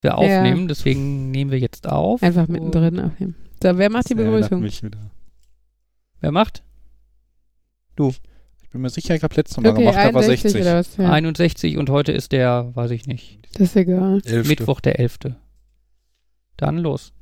wir aufnehmen, deswegen nehmen wir jetzt auf. Einfach mittendrin aufnehmen. So, wer macht die Begrüßung? Wer macht? Du. Ich bin mir sicher, ich habe letztes Mal gemacht, da war 60. Oder was? Ja. 61 und heute ist der, weiß ich nicht. Das ist egal. 11. Mittwoch der 11. Dann los.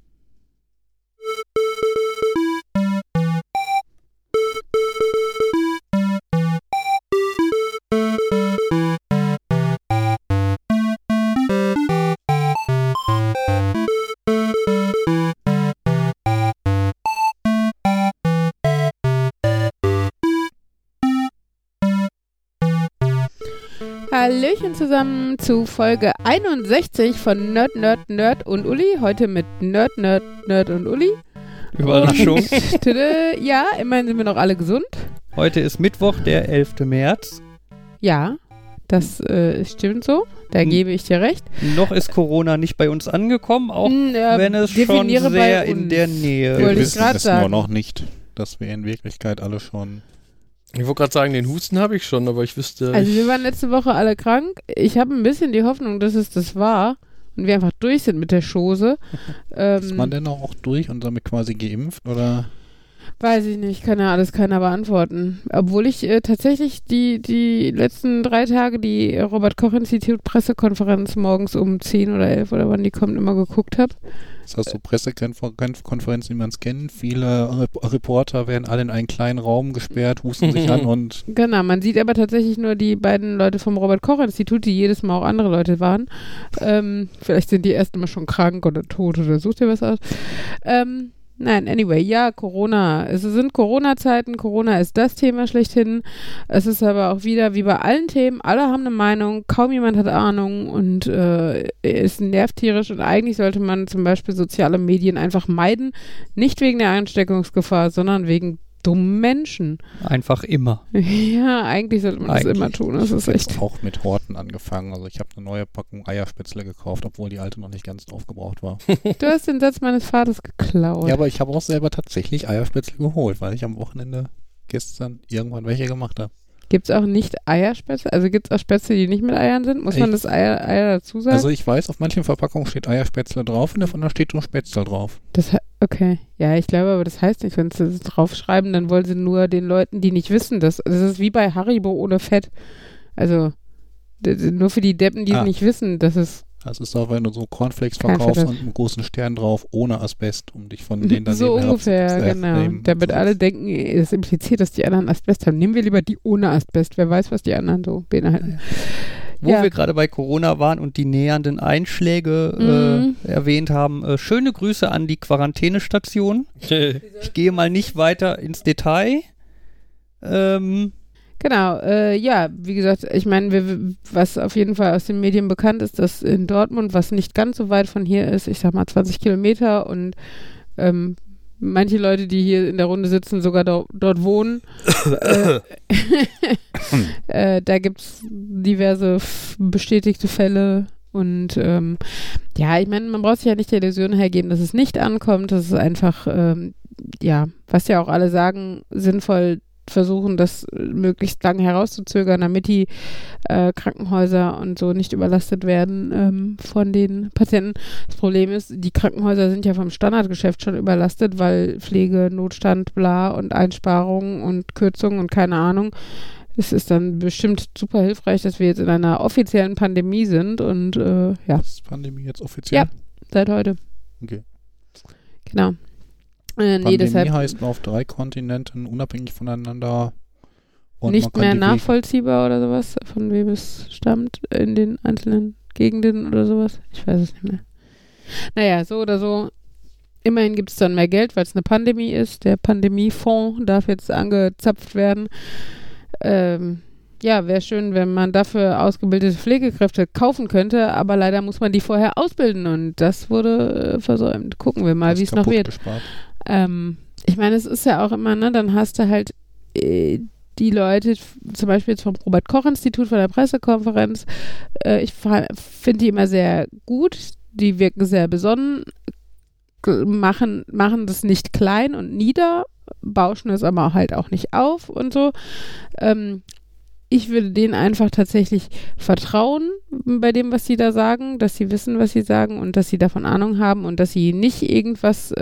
Hallöchen zusammen zu Folge 61 von Nerd und Uli. Heute mit Nerd und Uli. Überraschung. Ja, immerhin sind wir noch alle gesund. Heute ist Mittwoch, der 11. März. Ja, das stimmt so. Da gebe ich dir recht. Noch ist Corona nicht bei uns angekommen, auch wenn es schon sehr in der Nähe Wir Wollte ich wissen grad es sagen. nur noch nicht, dass wir in Wirklichkeit alle schon... Ich wollte gerade sagen, den Husten habe ich schon, aber ich wüsste... Also wir waren letzte Woche alle krank. Ich habe ein bisschen die Hoffnung, dass es das war und wir einfach durch sind mit der Chose. Ist man denn auch durch und damit quasi geimpft, oder? Weiß ich nicht, kann ja alles keiner beantworten. Obwohl ich tatsächlich die letzten 3 Tage die Robert-Koch-Institut-Pressekonferenz morgens um 10 oder 11 oder wann die kommt, immer geguckt habe. Das heißt, so Pressekonferenzen, wie man es kennt. Viele Reporter werden alle in einen kleinen Raum gesperrt, husten sich an und... Genau, man sieht aber tatsächlich nur die beiden Leute vom Robert-Koch-Institut, die jedes Mal auch andere Leute waren. Vielleicht sind die erst immer schon krank oder tot oder sucht ihr was aus. Nein, anyway, ja, Corona. Es sind Corona-Zeiten. Corona ist das Thema schlechthin. Es ist aber auch wieder, wie bei allen Themen, alle haben eine Meinung, kaum jemand hat Ahnung und ist nervtierisch und eigentlich sollte man zum Beispiel soziale Medien einfach meiden. Nicht wegen der Ansteckungsgefahr, sondern wegen dummen Menschen. Einfach immer. Ja, eigentlich sollte man das immer tun. Das ist echt. Auch mit Horten angefangen. Also ich habe eine neue Packung Eierspätzle gekauft, obwohl die alte noch nicht ganz aufgebraucht war. Du hast den Satz meines Vaters geklaut. Ja, aber ich habe auch selber tatsächlich Eierspätzle geholt, weil ich am Wochenende gestern irgendwann welche gemacht habe. Gibt es auch nicht Eierspätzle? Also gibt es auch Spätzle, die nicht mit Eiern sind? Muss man das Eier dazu sagen? Also ich weiß, auf manchen Verpackungen steht Eierspätzle drauf und auf anderen steht nur Spätzle drauf. Okay. Ja, ich glaube aber, das heißt nicht, wenn sie das draufschreiben, dann wollen sie nur den Leuten, die nicht wissen, das ist wie bei Haribo ohne Fett. Also nur für die Deppen, die es nicht wissen, das ist... Das ist auch, wenn du so Cornflakes verkaufst und einen großen Stern drauf, ohne Asbest, um dich von denen dann so ungefähr, genau. Damit alle denken, es impliziert, dass die anderen Asbest haben. Nehmen wir lieber die ohne Asbest. Wer weiß, was die anderen so beinhalten. Wo wir gerade bei Corona waren und die nähernden Einschläge erwähnt haben, schöne Grüße an die Quarantänestation. Ich gehe mal nicht weiter ins Detail. Genau, ja, wie gesagt, ich meine, was auf jeden Fall aus den Medien bekannt ist, dass in Dortmund, was nicht ganz so weit von hier ist, ich sag mal 20 Kilometer und manche Leute, die hier in der Runde sitzen, sogar dort wohnen. Da gibt es diverse bestätigte Fälle und ja, ich meine, man braucht sich ja nicht die Illusion hergeben, dass es nicht ankommt, das ist einfach, ja, was ja auch alle sagen, sinnvoll versuchen, das möglichst lange herauszuzögern, damit die Krankenhäuser und so nicht überlastet werden von den Patienten. Das Problem ist, die Krankenhäuser sind ja vom Standardgeschäft schon überlastet, weil Pflege, Notstand, bla und Einsparungen und Kürzungen und keine Ahnung. Es ist dann bestimmt super hilfreich, dass wir jetzt in einer offiziellen Pandemie sind und ja. Ist Pandemie jetzt offiziell? Ja, seit heute. Okay. Genau. Pandemie deshalb heißt auf 3 Kontinenten unabhängig voneinander. Und nicht mehr nachvollziehbar oder sowas, von wem es stammt in den einzelnen Gegenden oder sowas. Ich weiß es nicht mehr. Naja, so oder so. Immerhin gibt es dann mehr Geld, weil es eine Pandemie ist. Der Pandemiefonds darf jetzt angezapft werden. Ja, wäre schön, wenn man dafür ausgebildete Pflegekräfte kaufen könnte, aber leider muss man die vorher ausbilden und das wurde versäumt. Gucken wir mal, wie es noch wird. Ich meine, es ist ja auch immer, ne, dann hast du halt die Leute, zum Beispiel jetzt vom Robert-Koch-Institut, von der Pressekonferenz, ich finde die immer sehr gut, die wirken sehr besonnen, machen das nicht klein und nieder, bauschen es aber halt auch nicht auf und so. ich würde denen einfach tatsächlich vertrauen bei dem, was sie da sagen, dass sie wissen, was sie sagen und dass sie davon Ahnung haben und dass sie nicht irgendwas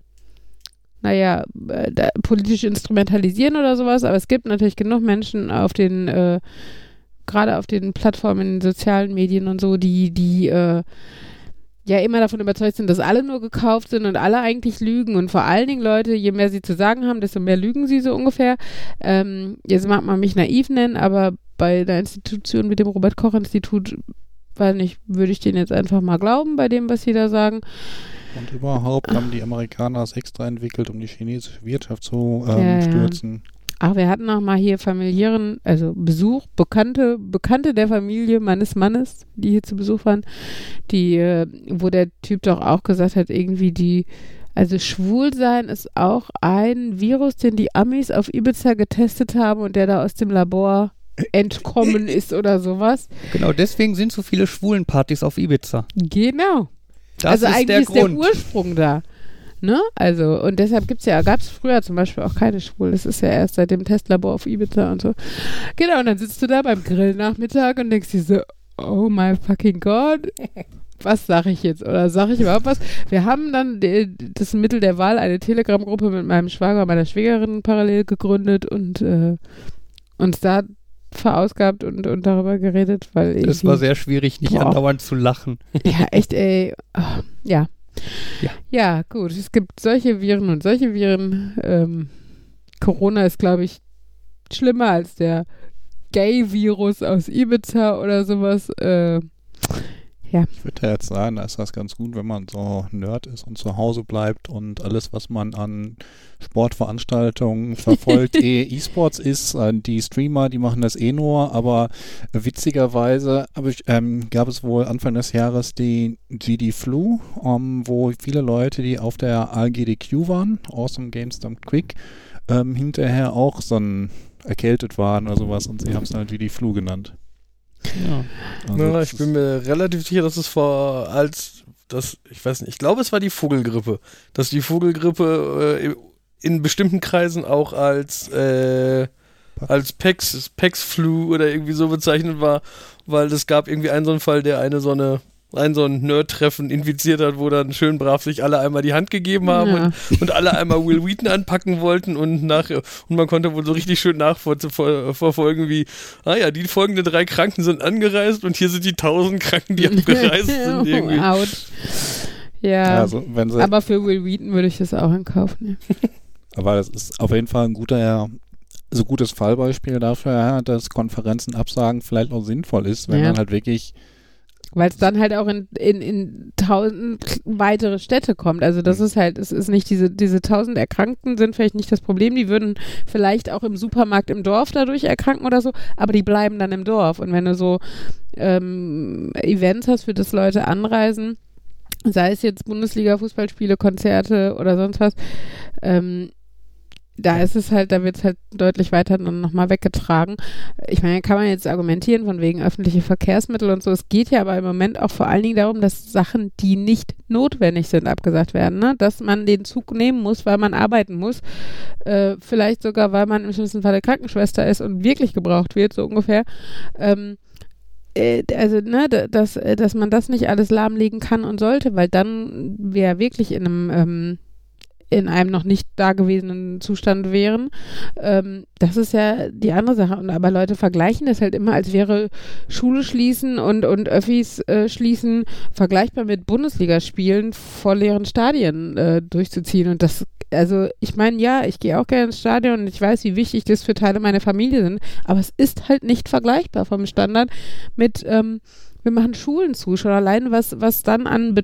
politisch instrumentalisieren oder sowas, aber es gibt natürlich genug Menschen auf den, gerade auf den Plattformen, in den sozialen Medien und so, die immer davon überzeugt sind, dass alle nur gekauft sind und alle eigentlich lügen und vor allen Dingen Leute, je mehr sie zu sagen haben, desto mehr lügen sie so ungefähr. Jetzt mag man mich naiv nennen, aber bei einer Institution wie dem Robert-Koch-Institut, weiß nicht, würde ich denen jetzt einfach mal glauben bei dem, was sie da sagen. Und überhaupt haben die Amerikaner es extra entwickelt, um die chinesische Wirtschaft zu stürzen. Ach, wir hatten auch mal hier familiären, also Besuch, Bekannte der Familie meines Mannes, die hier zu Besuch waren, wo der Typ doch auch gesagt hat, irgendwie also Schwulsein ist auch ein Virus, den die Amis auf Ibiza getestet haben und der da aus dem Labor entkommen ist oder sowas. Genau, deswegen sind so viele Schwulenpartys auf Ibiza. Genau. Das also ist eigentlich der ist Grund. der Ursprung da. Ne? Also, und deshalb gab es früher zum Beispiel auch keine Schwulen. Das ist ja erst seit dem Testlabor auf Ibiza und so. Genau, und dann sitzt du da beim Grillnachmittag und denkst dir so, oh my fucking God, was sag ich jetzt? Oder sag ich überhaupt was? Wir haben dann das Mittel der Wahl, eine Telegram-Gruppe mit meinem Schwager und meiner Schwägerin parallel gegründet und uns da verausgabt und darüber geredet, weil das war sehr schwierig, nicht andauernd zu lachen. Ja, echt, ey. Oh, ja. Ja, gut. Es gibt solche Viren und solche Viren. Corona ist, glaube ich, schlimmer als der Gay-Virus aus Ibiza oder sowas. Ja. Ich würde jetzt sagen, da ist das ganz gut, wenn man so Nerd ist und zu Hause bleibt und alles, was man an Sportveranstaltungen verfolgt, E-Sports ist. Die Streamer, die machen das nur, aber witzigerweise gab es wohl Anfang des Jahres die GD Flu, wo viele Leute, die auf der AGDQ waren, Awesome Games Done Quick, hinterher auch so erkältet waren oder sowas und sie haben es halt GD Flu genannt. Ja. Also ich bin mir relativ sicher, dass es ich weiß nicht, ich glaube, es war die Vogelgrippe. Dass die Vogelgrippe in bestimmten Kreisen auch als PEX-Flu oder irgendwie so bezeichnet war, weil es gab irgendwie einen so einen Fall, der so ein Nerd-Treffen infiziert hat, wo dann schön brav sich alle einmal die Hand gegeben haben und alle einmal Will Wheaton anpacken wollten und man konnte wohl so richtig schön nachverfolgen, wie, die folgenden 3 Kranken sind angereist und hier sind die 1000 Kranken, die abgereist sind. Irgendwie. Ouch. Ja, also, aber für Will Wheaton würde ich das auch in Kauf nehmen. Aber das ist auf jeden Fall ein gutes Fallbeispiel dafür, dass Konferenzen absagen vielleicht auch sinnvoll ist, wenn man halt wirklich weil es dann halt auch in 1000 weitere Städte kommt. Also das ist halt, es ist nicht diese 1000 Erkrankten sind vielleicht nicht das Problem. Die würden vielleicht auch im Supermarkt im Dorf dadurch erkranken oder so, aber die bleiben dann im Dorf. Und wenn du so Events hast, für das Leute anreisen, sei es jetzt Bundesliga-Fußballspiele, Konzerte oder sonst was, da ist es halt, da wird es halt deutlich weiter dann nochmal weggetragen. Ich meine, kann man jetzt argumentieren von wegen öffentliche Verkehrsmittel und so. Es geht ja aber im Moment auch vor allen Dingen darum, dass Sachen, die nicht notwendig sind, abgesagt werden. Ne? Dass man den Zug nehmen muss, weil man arbeiten muss. Vielleicht sogar, weil man im schlimmsten Falle Krankenschwester ist und wirklich gebraucht wird, so ungefähr. Dass man das nicht alles lahmlegen kann und sollte, weil dann wir wirklich in einem noch nicht dagewesenen Zustand wären. Das ist ja die andere Sache. Aber Leute vergleichen das halt immer, als wäre Schule schließen und Öffis schließen vergleichbar mit Bundesligaspielen vor leeren Stadien durchzuziehen. Und das, also ich meine, ja, ich gehe auch gerne ins Stadion und ich weiß, wie wichtig das für Teile meiner Familie sind, aber es ist halt nicht vergleichbar vom Standard mit, wir machen Schulen zu, schon allein was dann an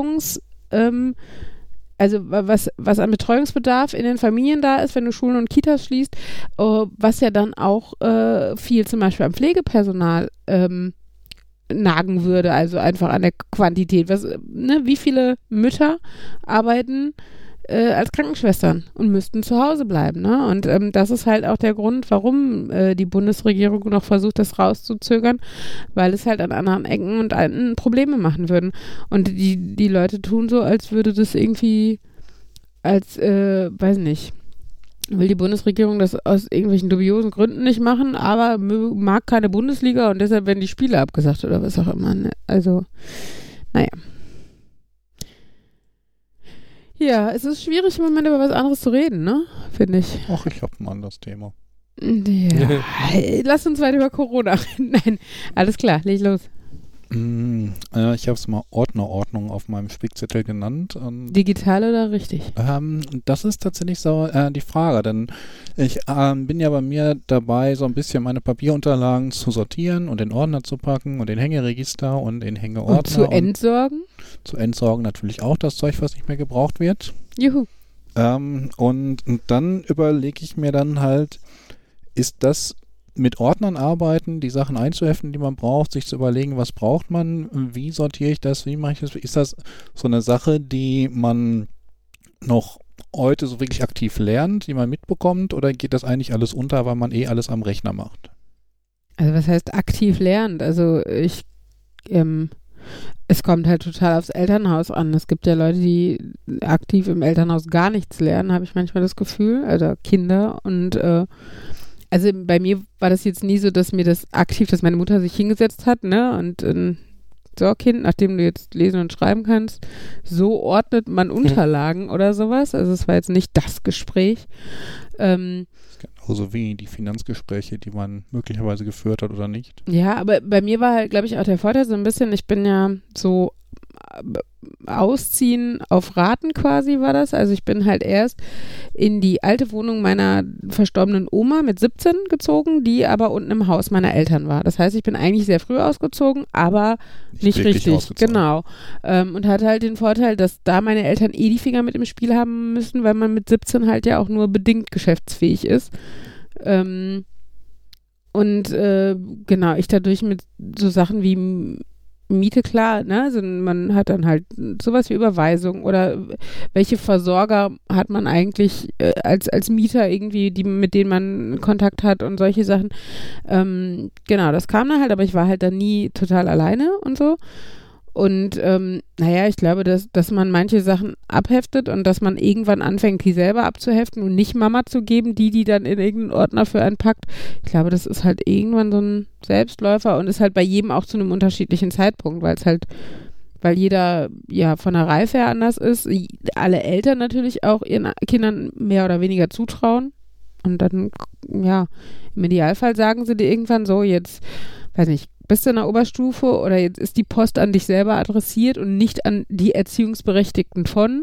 also was an Betreuungsbedarf in den Familien da ist, wenn du Schulen und Kitas schließt, was ja dann auch viel zum Beispiel am Pflegepersonal nagen würde, also einfach an der Quantität. Wie viele Mütter arbeiten als Krankenschwestern und müssten zu Hause bleiben. Ne? Und das ist halt auch der Grund, warum die Bundesregierung noch versucht, das rauszuzögern, weil es halt an anderen Ecken und Enden Probleme machen würden. Und die Leute tun so, als würde das irgendwie weiß nicht, will die Bundesregierung das aus irgendwelchen dubiosen Gründen nicht machen, aber mag keine Bundesliga und deshalb werden die Spiele abgesagt oder was auch immer. Ne? Also, naja. Ja, es ist schwierig im Moment über was anderes zu reden, ne? Finde ich. Ach, ich habe ein anderes Thema. Ja. Lass uns weiter über Corona reden. Nein, alles klar, leg los. Ich habe es mal Ordnerordnung auf meinem Spickzettel genannt. Digital oder richtig? Das ist tatsächlich so die Frage, denn ich bin ja bei mir dabei, so ein bisschen meine Papierunterlagen zu sortieren und in Ordner zu packen und in Hängeregister und in Hängeordner. Und zu entsorgen? Zu entsorgen natürlich auch das Zeug, was nicht mehr gebraucht wird. Juhu. Und dann überlege ich mir dann halt, ist das mit Ordnern arbeiten, die Sachen einzuheften, die man braucht, sich zu überlegen, was braucht man, wie sortiere ich das, wie mache ich das, ist das so eine Sache, die man noch heute so wirklich aktiv lernt, die man mitbekommt, oder geht das eigentlich alles unter, weil man alles am Rechner macht? Also was heißt aktiv lernt? Also es kommt halt total aufs Elternhaus an. Es gibt ja Leute, die aktiv im Elternhaus gar nichts lernen, habe ich manchmal das Gefühl, also Kinder und also bei mir war das jetzt nie so, dass meine Mutter sich hingesetzt hat, ne, und so, Kind, nachdem du jetzt lesen und schreiben kannst, so ordnet man Unterlagen oder sowas. Also es war jetzt nicht das Gespräch. Das ist genauso wie die Finanzgespräche, die man möglicherweise geführt hat oder nicht. Ja, aber bei mir war halt, glaube ich, auch der Vorteil so ein bisschen, ich bin ja so Ausziehen auf Raten quasi war das. Also ich bin halt erst in die alte Wohnung meiner verstorbenen Oma mit 17 gezogen, die aber unten im Haus meiner Eltern war. Das heißt, ich bin eigentlich sehr früh ausgezogen, aber nicht richtig. Genau. Und hatte halt den Vorteil, dass da meine Eltern die Finger mit im Spiel haben müssen, weil man mit 17 halt ja auch nur bedingt geschäftsfähig ist. Genau, ich dadurch mit so Sachen wie Miete, klar, ne? Also man hat dann halt sowas wie Überweisung oder welche Versorger hat man eigentlich als Mieter irgendwie, mit denen man Kontakt hat und solche Sachen. Genau, das kam dann halt, aber ich war halt dann nie total alleine und so. Und ich glaube, dass man manche Sachen abheftet und dass man irgendwann anfängt, die selber abzuheften und nicht Mama zu geben, die dann in irgendeinen Ordner für einen packt. Ich glaube, das ist halt irgendwann so ein Selbstläufer und ist halt bei jedem auch zu einem unterschiedlichen Zeitpunkt, weil jeder ja von der Reife her anders ist, alle Eltern natürlich auch ihren Kindern mehr oder weniger zutrauen und dann, ja, im Idealfall sagen sie dir irgendwann so, jetzt, weiß nicht, bist du in der Oberstufe oder jetzt ist die Post an dich selber adressiert und nicht an die Erziehungsberechtigten von.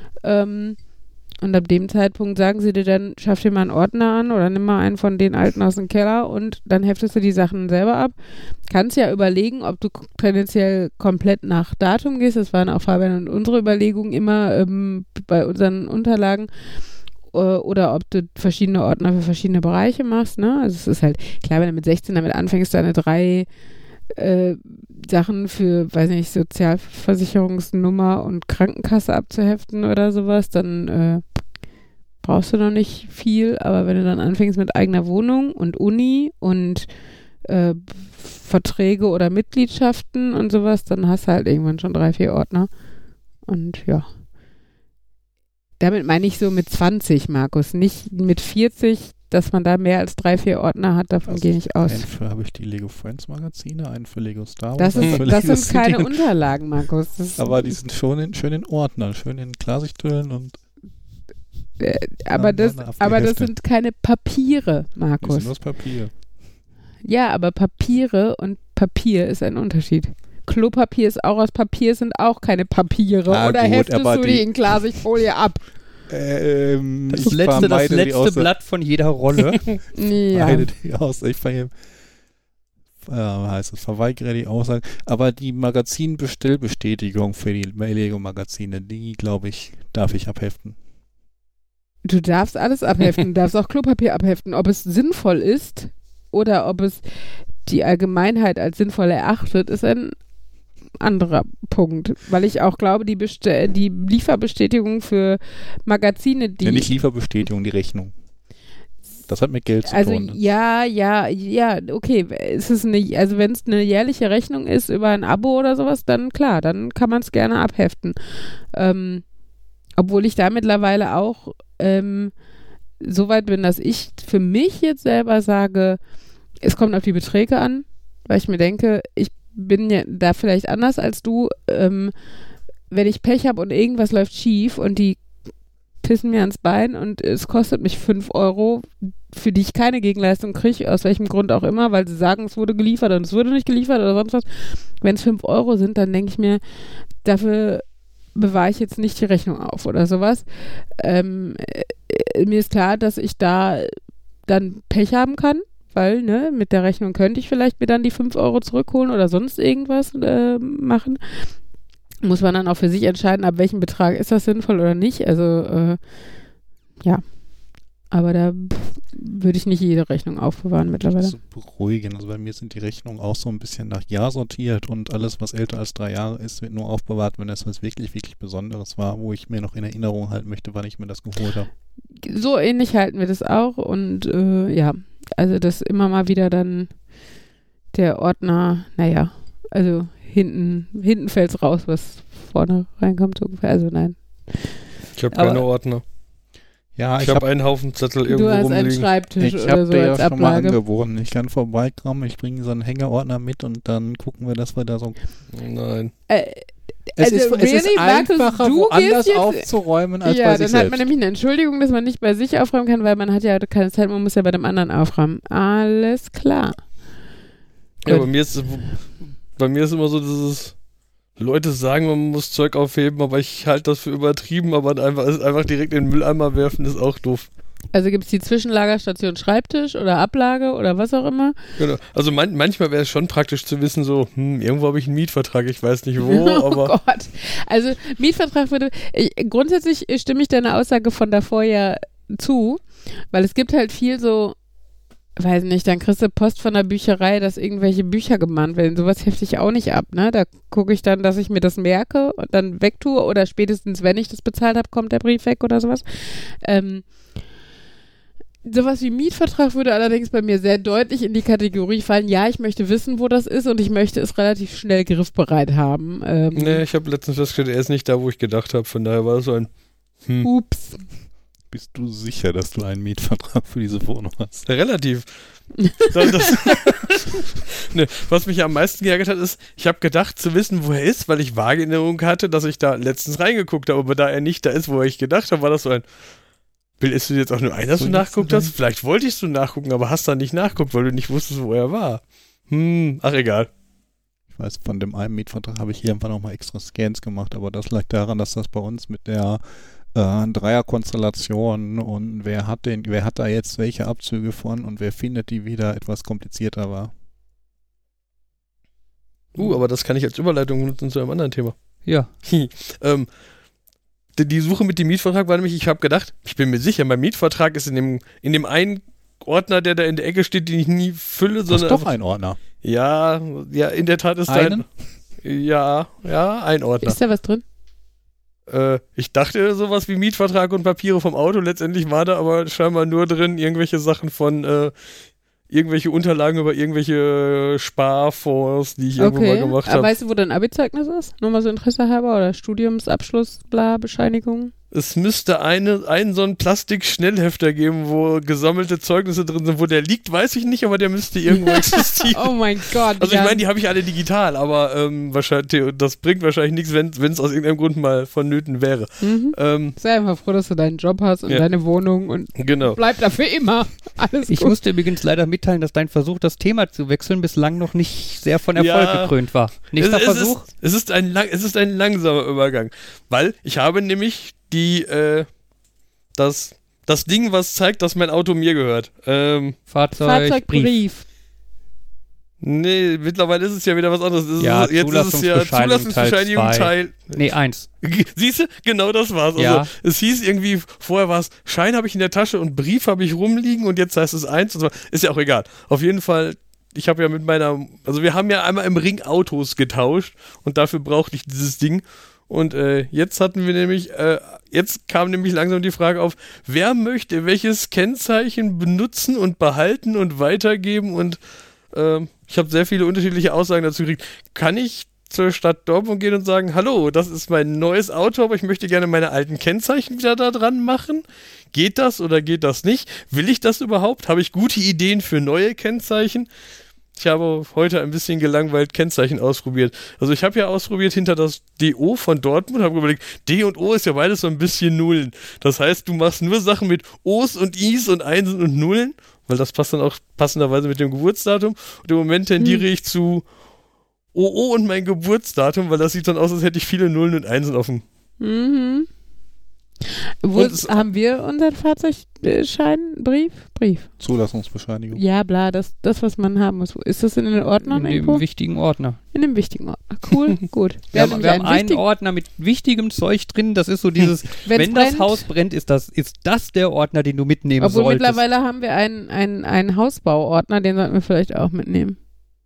Und ab dem Zeitpunkt sagen sie dir dann, schaff dir mal einen Ordner an oder nimm mal einen von den alten aus dem Keller und dann heftest du die Sachen selber ab. Kannst ja überlegen, ob du tendenziell komplett nach Datum gehst. Das waren auch Fabian und unsere Überlegungen immer bei unseren Unterlagen. Oder ob du verschiedene Ordner für verschiedene Bereiche machst, ne? Also es ist halt, klar, wenn du mit 16 damit anfängst, deine 3 Sachen für, weiß nicht, Sozialversicherungsnummer und Krankenkasse abzuheften oder sowas, dann brauchst du noch nicht viel, aber wenn du dann anfängst mit eigener Wohnung und Uni und Verträge oder Mitgliedschaften und sowas, dann hast du halt irgendwann schon 3, 4 Ordner und ja. Damit meine ich so mit 20, Markus, nicht mit 40, dass man da mehr als 3, 4 Ordner hat, davon gehe ich aus. Einen für habe ich die Lego Friends Magazine, einen für Lego Star Wars. Das sind keine Unterlagen, Markus. Aber die sind schön in Ordnern, schön in Klarsichthüllen und aber das sind keine Papiere, Markus. Das sind nur Papier. Ja, aber Papiere und Papier ist ein Unterschied. Klopapier ist auch aus Papier, sind auch keine Papiere. Oder gut, heftest du die in Klarsichtfolie ab? Das letzte Blatt von jeder Rolle. Ja. Verweigere die Aussage. Aber die Magazinbestellbestätigung für die Lego-Magazine, die, glaube ich, darf ich abheften. Du darfst alles abheften. Du darfst auch Klopapier abheften. Ob es sinnvoll ist oder ob es die Allgemeinheit als sinnvoll erachtet, ist ein anderer Punkt, weil ich auch glaube, die Lieferbestätigung für Magazine, die... Ja, nicht Lieferbestätigung, die Rechnung. Das hat mit Geld zu tun. Also ja, okay. Wenn es eine jährliche Rechnung ist über ein Abo oder sowas, dann klar, dann kann man es gerne abheften. Obwohl ich da mittlerweile auch so weit bin, dass ich für mich jetzt selber sage, es kommt auf die Beträge an, weil ich mir denke, ich bin ja da vielleicht anders als du, wenn ich Pech habe und irgendwas läuft schief und die pissen mir ans Bein und es kostet mich 5 Euro, für die ich keine Gegenleistung kriege, aus welchem Grund auch immer, weil sie sagen, es wurde geliefert und es wurde nicht geliefert oder sonst was. Wenn es 5 Euro sind, dann denke ich mir, dafür bewahre ich jetzt nicht die Rechnung auf oder sowas. Mir ist klar, dass ich da dann Pech haben kann, weil mit der Rechnung könnte ich vielleicht mir dann die 5 Euro zurückholen oder sonst irgendwas machen. Muss man dann auch für sich entscheiden, ab welchem Betrag ist das sinnvoll oder nicht. Also, ja. Aber da würde ich nicht jede Rechnung aufbewahren mittlerweile. Das ist beruhigend. Also bei mir sind die Rechnungen auch so ein bisschen nach Jahr sortiert und alles, was älter als 3 Jahre ist, wird nur aufbewahrt, wenn das was wirklich, wirklich Besonderes war, wo ich mir noch in Erinnerung halten möchte, wann ich mir das geholt habe. So ähnlich halten wir das auch und ja, also dass immer mal wieder dann der Ordner, naja, also hinten fällt's raus, was vorne reinkommt, so ungefähr. Also nein. Ich habe keine Ordner. Ja, ich habe einen Haufen Zettel irgendwo rumliegen. Du hast einen Schreibtisch oder so. Ich habe dir ja schon mal angeboten. Ich kann vorbeikommen, ich bringe so einen Hängeordner mit und dann gucken wir, dass wir da so... Nein. Es ist einfacher, woanders aufzuräumen als bei sich selbst. Ja, dann hat man nämlich eine Entschuldigung, dass man nicht bei sich aufräumen kann, weil man hat ja keine Zeit, man muss ja bei dem anderen aufräumen. Alles klar. Ja, bei mir ist immer so dieses... Leute sagen, man muss Zeug aufheben, aber ich halte das für übertrieben, aber einfach direkt in den Mülleimer werfen ist auch doof. Also gibt es die Zwischenlagerstation Schreibtisch oder Ablage oder was auch immer? Genau. Also manchmal wäre es schon praktisch zu wissen, so, irgendwo habe ich einen Mietvertrag, ich weiß nicht wo, aber... Oh Gott. Also Mietvertrag grundsätzlich stimme ich deiner Aussage von davor ja zu, weil es gibt halt viel so, weiß nicht, dann kriegst du Post von der Bücherei, dass irgendwelche Bücher gemahnt werden. Sowas hefte ich auch nicht ab, ne? Da gucke ich dann, dass ich mir das merke und dann wegtue oder spätestens, wenn ich das bezahlt habe, kommt der Brief weg oder sowas. Sowas wie Mietvertrag würde allerdings bei mir sehr deutlich in die Kategorie fallen, ja, ich möchte wissen, wo das ist und ich möchte es relativ schnell griffbereit haben. Nee, ich habe letztens festgestellt, er ist nicht da, wo ich gedacht habe, von daher war das so ein Ups. Bist du sicher, dass du einen Mietvertrag für diese Wohnung hast? Relativ. Was mich am meisten geärgert hat, ist, ich habe gedacht zu wissen, wo er ist, weil ich vage Erinnerung hatte, dass ich da letztens reingeguckt habe, aber da er nicht da ist, wo ich gedacht habe, war das so ein ist du jetzt auch nur ein, dass du nachguckt hast? Vielleicht wolltest du nachgucken, aber hast dann nicht nachguckt, weil du nicht wusstest, wo er war. Ach, egal. Ich weiß, von dem einen Mietvertrag habe ich irgendwann noch mal extra Scans gemacht, aber das lag daran, dass das bei uns mit der Dreierkonstellation und wer hat da jetzt welche Abzüge von und wer findet die wieder, etwas komplizierter war. Aber das kann ich als Überleitung benutzen zu einem anderen Thema. Ja. Die Suche mit dem Mietvertrag war nämlich, ich habe gedacht, ich bin mir sicher, mein Mietvertrag ist in dem einen Ordner, der da in der Ecke steht, den ich nie fülle, sondern... Das ist doch ein Ordner. Ja, in der Tat ist ein Ordner. Ist da was drin? Ich dachte sowas wie Mietvertrag und Papiere vom Auto, letztendlich war da aber scheinbar nur drin irgendwelche Sachen von irgendwelche Unterlagen über irgendwelche Sparfonds, die ich irgendwo mal gemacht habe. Weißt du, wo dein Abi-Zeugnis ist? Nur mal so Interesse halber oder Studiumsabschluss, Bescheinigung? Es müsste einen so einen Plastik-Schnellhefter geben, wo gesammelte Zeugnisse drin sind. Wo der liegt, weiß ich nicht, aber der müsste irgendwo existieren. Oh mein Gott. Also ich meine, die habe ich alle digital, aber wahrscheinlich, das bringt wahrscheinlich nichts, wenn es aus irgendeinem Grund mal vonnöten wäre. Sei einfach froh, dass du deinen Job hast und deine Wohnung und bleib dafür immer. Alles Ich musste übrigens leider mitteilen, dass dein Versuch, das Thema zu wechseln, bislang noch nicht sehr von Erfolg gekrönt war. Nächster Versuch? Es ist ein langsamer Übergang, weil ich habe nämlich das Ding, was zeigt, dass mein Auto mir gehört. Fahrzeugbrief. Nee, mittlerweile ist es ja wieder was anderes. Jetzt ist es ja Zulassungsbescheinigung Teil 1. Siehst du? Genau das war's. Ja. Also, es hieß irgendwie, vorher war es Schein habe ich in der Tasche und Brief habe ich rumliegen und jetzt heißt es 1 und so. Ist ja auch egal. Auf jeden Fall, ich habe ja wir haben ja einmal im Ring Autos getauscht und dafür brauchte ich dieses Ding. Und jetzt kam nämlich langsam die Frage auf, wer möchte welches Kennzeichen benutzen und behalten und weitergeben und ich habe sehr viele unterschiedliche Aussagen dazu gekriegt. Kann ich zur Stadt Dortmund gehen und sagen, hallo, das ist mein neues Auto, aber ich möchte gerne meine alten Kennzeichen wieder da dran machen. Geht das oder geht das nicht? Will ich das überhaupt? Habe ich gute Ideen für neue Kennzeichen? Ich habe heute ein bisschen gelangweilt Kennzeichen ausprobiert. Also ich habe ja ausprobiert hinter das DO von Dortmund, habe überlegt, D und O ist ja beides so ein bisschen Nullen. Das heißt, du machst nur Sachen mit O's und I's und Einsen und Nullen, weil das passt dann auch passenderweise mit dem Geburtsdatum. Und im Moment tendiere ich zu OO und mein Geburtsdatum, weil das sieht dann aus, als hätte ich viele Nullen und Einsen offen. Mhm. Haben wir unseren Fahrzeugschein? Brief? Zulassungsbescheinigung. Ja, bla, das, was man haben muss. Ist das in den Ordnern irgendwo? In dem wichtigen Ordner. In dem wichtigen Ordner. Cool, gut. Wir haben einen Ordner mit wichtigem Zeug drin. Das ist so dieses, wenn das Haus brennt, ist das der Ordner, den du mitnehmen solltest. Mittlerweile haben wir einen Hausbauordner, den sollten wir vielleicht auch mitnehmen.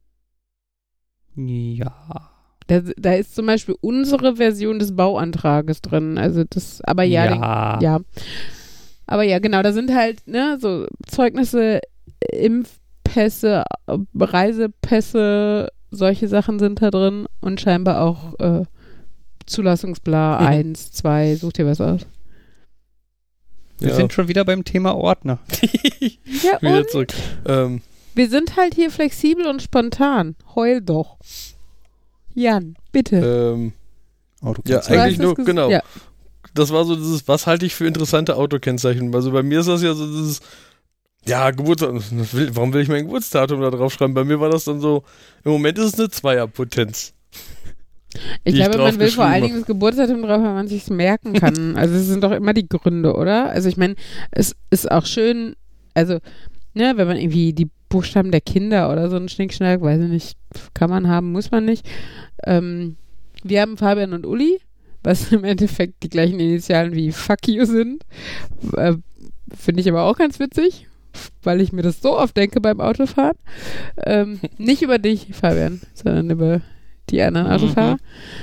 Ja. Da ist zum Beispiel unsere Version des Bauantrages drin. Also das, aber ja. Aber ja, genau, da sind halt, ne, so Zeugnisse, Impfpässe, Reisepässe, solche Sachen sind da drin und scheinbar auch Zulassungsbla 1, 2, such dir was aus. Wir sind schon wieder beim Thema Ordner. Ja, wieder zurück. Wir sind halt hier flexibel und spontan. Heul doch. Jan, bitte. Ja, eigentlich nur, genau. Ja. Das war so dieses, was halte ich für interessante Autokennzeichen? Also bei mir ist das ja so dieses, ja, Geburtsdatum, warum will ich mein Geburtsdatum da drauf schreiben? Bei mir war das dann so, im Moment ist es eine Zweierpotenz. Ich glaube, man will vor allen Dingen das Geburtsdatum drauf, weil man sich merken kann. Also es sind doch immer die Gründe, oder? Also ich meine, es ist auch schön, also, ne, wenn man irgendwie die Buchstaben der Kinder oder so einen Schnickschnack, weiß ich nicht, kann man haben, muss man nicht. Wir haben Fabian und Uli, was im Endeffekt die gleichen Initialen wie Fuck you sind. Finde ich aber auch ganz witzig, weil ich mir das so oft denke beim Autofahren. Nicht über dich, Fabian, sondern über die anderen Autofahrer.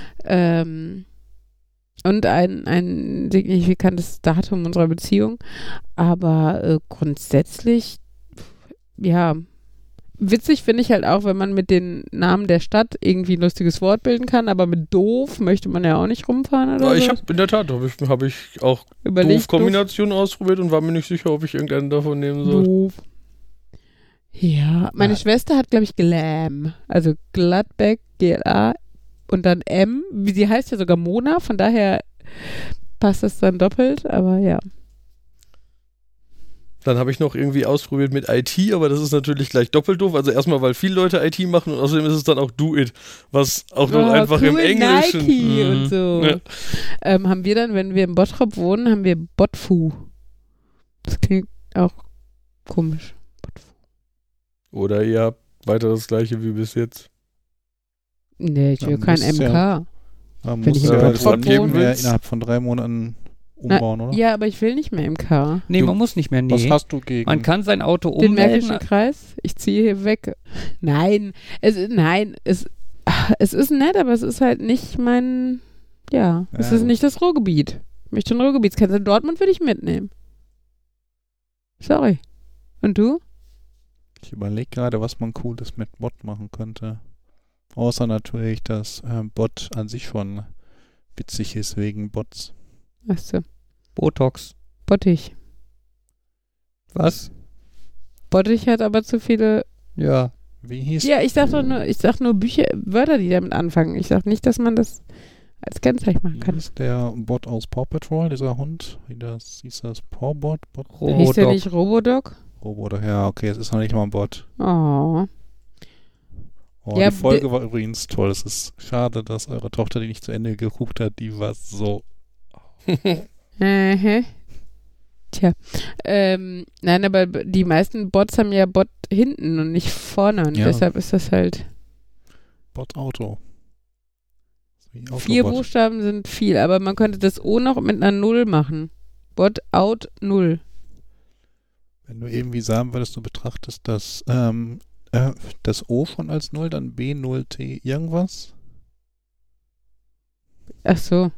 Und ein signifikantes Datum unserer Beziehung. Aber grundsätzlich, ja, witzig finde ich halt auch, wenn man mit den Namen der Stadt irgendwie ein lustiges Wort bilden kann, aber mit doof möchte man ja auch nicht rumfahren oder so. Ich habe in der Tat, habe ich auch Doof-Kombinationen ausprobiert und war mir nicht sicher, ob ich irgendeinen davon nehmen soll. Doof. Ja, meine Schwester hat, glaube ich, Glam, also Gladbeck, GLA und dann M, wie sie heißt ja sogar Mona, von daher passt das dann doppelt, aber ja. Dann habe ich noch irgendwie ausprobiert mit IT, aber das ist natürlich gleich doppelt doof. Also erstmal, weil viele Leute IT machen und außerdem ist es dann auch Do It, was auch noch einfach cool, im Englischen. Nike und so. Ja. Haben wir dann, wenn wir in Bottrop wohnen, haben wir Botfu. Das klingt auch komisch. Botfu. Oder ihr habt weiter das gleiche wie bis jetzt. Nee, ich will kein MK. Ja, wenn ich in Bottrop wohne, innerhalb von 3 Monaten umbauen, oder? Ja, aber ich will nicht mehr MK. Nee, man muss nicht mehr. Nee. Was hast du gegen? Man kann sein Auto ummelden. Den Märkischen Kreis? Ich ziehe hier weg. Nein, es ist nett, aber es ist halt nicht mein, es ist nicht das Ruhrgebiet. Ich möchte ein Ruhrgebietskennzeichen. Dortmund würde ich mitnehmen. Sorry. Und du? Ich überlege gerade, was man Cooles mit Bot machen könnte. Außer natürlich, dass Bot an sich schon witzig ist wegen Bots. Achso. Botox. Bottich. Was? Bottich hat aber zu viele. Ja. Wie hieß? Ja, ich sag nur Bücher, Wörter, die damit anfangen. Ich sag nicht, dass man das als Kennzeichen machen kann. Ist der Bot aus Paw Patrol, dieser Hund? Hieß das Pawbot? Hieß der nicht Robodog? Robodog, ja, okay, es ist noch nicht mal ein Bot. Oh, ja, die Folge war übrigens toll. Es ist schade, dass eure Tochter die nicht zu Ende geguckt hat. Die war so... Tja. Nein, aber die meisten Bots haben ja Bot hinten und nicht vorne und deshalb ist das halt Bot-Auto. 4 Buchstaben sind viel, aber man könnte das O noch mit einer 0 machen. Bot-Out 0. Wenn du irgendwie sagen würdest, du betrachtest das O schon als 0, dann B0T irgendwas? Ach so.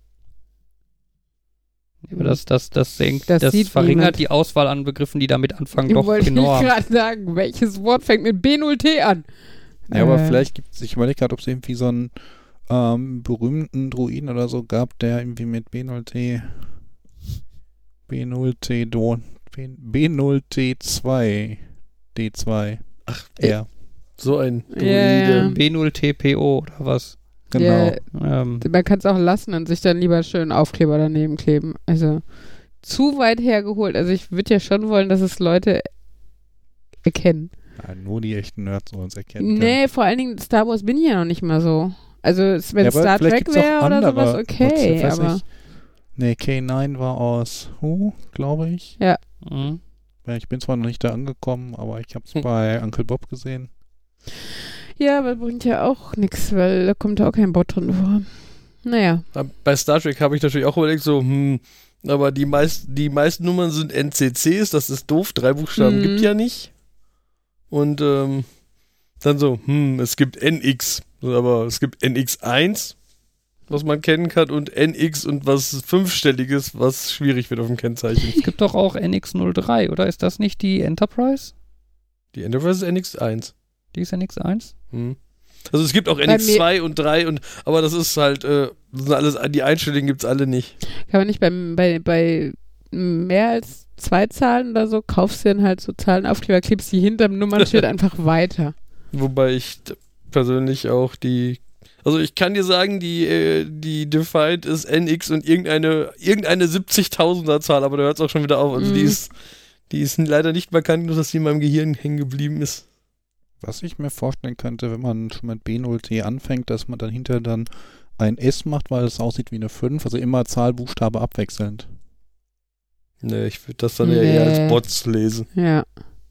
Aber das verringert die Auswahl an Begriffen, die damit anfangen, doch enorm. Ich wollte gerade sagen, welches Wort fängt mit B0T an? Ja, aber vielleicht gibt es, ich überlege gerade, ob es irgendwie so einen berühmten Druiden oder so gab, der irgendwie mit B0T2 D2. Ach, R. So ein Druide. Ja. B0TPO oder was? Genau. Man kann es auch lassen und sich dann lieber schön Aufkleber daneben kleben. Also zu weit hergeholt. Also ich würde ja schon wollen, dass es Leute erkennen. Nein, nur die echten Nerds sollen es erkennen Nee, können. vor allen Dingen Star Wars bin ich ja noch nicht mal so. Also wenn Ja, aber Star vielleicht Trek gibt's auch wäre oder andere sowas, okay. Weiß Aber nicht. Nee, K9 war aus Who, glaube ich. Mhm. Ich bin zwar noch nicht da angekommen, aber ich habe es bei Uncle Bob gesehen. ja, aber bringt ja auch nichts, weil da kommt ja auch kein Bot drin vor. Naja. Bei Star Trek habe ich natürlich auch überlegt, so, aber die meisten Nummern sind NCCs, das ist doof, 3 Buchstaben gibt ja nicht. Und dann so, es gibt NX, aber es gibt NX1, was man kennen kann, und NX und was 5-stelliges, was schwierig wird auf dem Kennzeichen. Es gibt doch auch NX03, oder? Ist das nicht die Enterprise? Die Enterprise ist NX1. Die ist NX1? Also es gibt auch NX2 und 3, aber das ist halt, das sind alles, die Einstellungen gibt es alle nicht. Kann man nicht bei mehr als 2 Zahlen oder so, kaufst du dann halt so Zahlenaufkleber, klebst die hinterm Nummernschild einfach weiter. Wobei ich persönlich auch also ich kann dir sagen, die Defiant ist NX und irgendeine 70.000er Zahl, aber da hört es auch schon wieder auf. Also die ist leider nicht markant genug, dass sie in meinem Gehirn hängen geblieben ist. Was ich mir vorstellen könnte, wenn man schon mit B0T anfängt, dass man dann hinterher dann ein S macht, weil es aussieht wie eine 5, also immer Zahlbuchstabe abwechselnd. Nee, ich würde das dann eher als Bots lesen. Ja.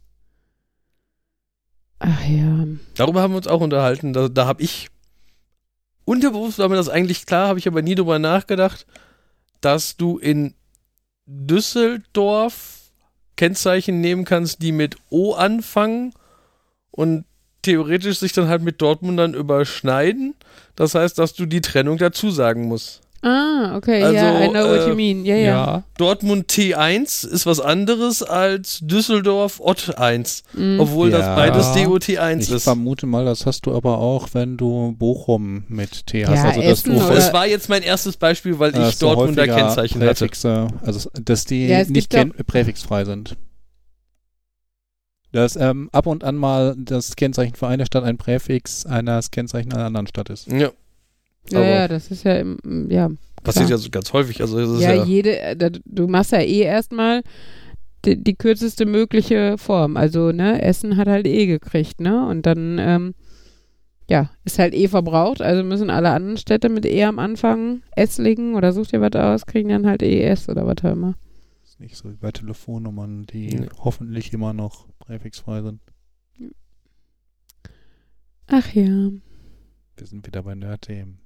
Ach ja. Darüber haben wir uns auch unterhalten. Da habe ich unterbewusst war mir das eigentlich klar, habe ich aber nie drüber nachgedacht, dass du in Düsseldorf Kennzeichen nehmen kannst, die mit O anfangen und theoretisch sich dann halt mit Dortmundern überschneiden. Das heißt, dass du die Trennung dazu sagen musst. Ah, okay, Also, I know what you mean. Ja. Dortmund T1 ist was anderes als Düsseldorf Ott 1. Obwohl das beides DOT1 ist. Ich vermute mal, das hast du aber auch, wenn du Bochum mit T hast. Ja, Also, dass du Das war jetzt mein erstes Beispiel, weil ich Dortmunder Kennzeichen Präfixe, also dass die nicht präfixfrei sind. Dass ab und an mal das Kennzeichen für eine Stadt ein Präfix eines Kennzeichen einer anderen Stadt ist. Ja. Ja, das ist ja passiert ja so ganz häufig. Also das ist du machst ja erstmal die kürzeste mögliche Form. Also, ne, Essen hat halt gekriegt, ne? Und dann, ist halt verbraucht, also müssen alle anderen Städte mit am Anfang Esslingen oder sucht ihr was aus, kriegen dann halt ES oder was auch immer. Das ist nicht so wie bei Telefonnummern, die hoffentlich immer noch präfixfrei sind. Ach ja. Wir sind wieder bei Nerd-Themen.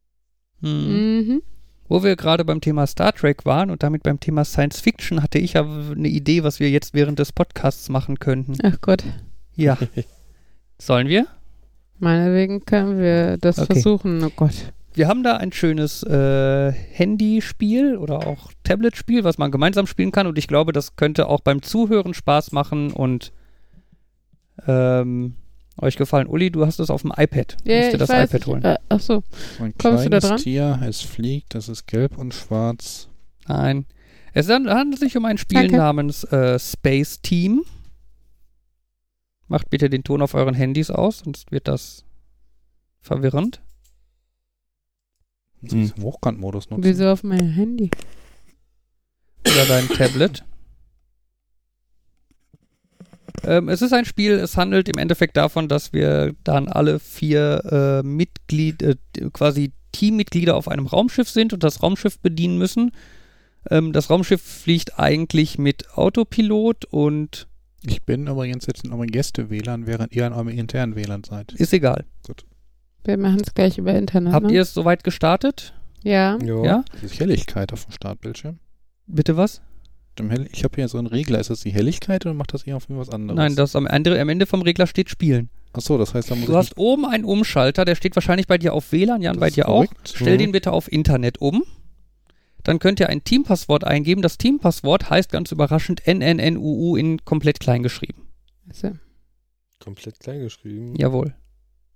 Wo wir gerade beim Thema Star Trek waren und damit beim Thema Science Fiction, hatte ich ja eine Idee, was wir jetzt während des Podcasts machen könnten. Ach Gott. Ja. Sollen wir? Meinetwegen können wir das versuchen. Oh Gott. Wir haben da ein schönes Handyspiel oder auch Tablet-Spiel, was man gemeinsam spielen kann, und ich glaube, das könnte auch beim Zuhören Spaß machen und euch gefallen. Uli, du hast es auf dem iPad. Du musst dir das iPad holen. Ach so. Ein Kommst du da dran? Tier, es fliegt, das ist gelb und schwarz. Nein. Es handelt sich um ein Spiel namens Space Team. Macht bitte den Ton auf euren Handys aus, sonst wird das verwirrend. Das ist im Hochkantmodus nutzen. Wieso auf mein Handy? Oder dein Tablet. Es ist ein Spiel, es handelt im Endeffekt davon, dass wir dann alle 4 quasi Teammitglieder auf einem Raumschiff sind und das Raumschiff bedienen müssen. Das Raumschiff fliegt eigentlich mit Autopilot und Ich bin übrigens jetzt in eurem Gäste-WLAN, während ihr in eurem internen WLAN seid. ist egal. Gut. Wir machen es gleich über Internet. Habt ihr es soweit gestartet? Ja. Ja? Das ist Helligkeit auf dem Startbildschirm. Bitte was? Ich habe hier so einen Regler. Ist das die Helligkeit oder macht das eher auf irgendwas anderes? Nein, das am Ende vom Regler steht Spielen. Achso, das heißt, da muss Du hast oben einen Umschalter, der steht wahrscheinlich bei dir auf WLAN, Jan, bei dir auch. Stell den bitte auf Internet um. Dann könnt ihr ein Teampasswort eingeben. Das Teampasswort heißt ganz überraschend NNNUU in komplett klein geschrieben. Also. Komplett klein geschrieben. Jawohl.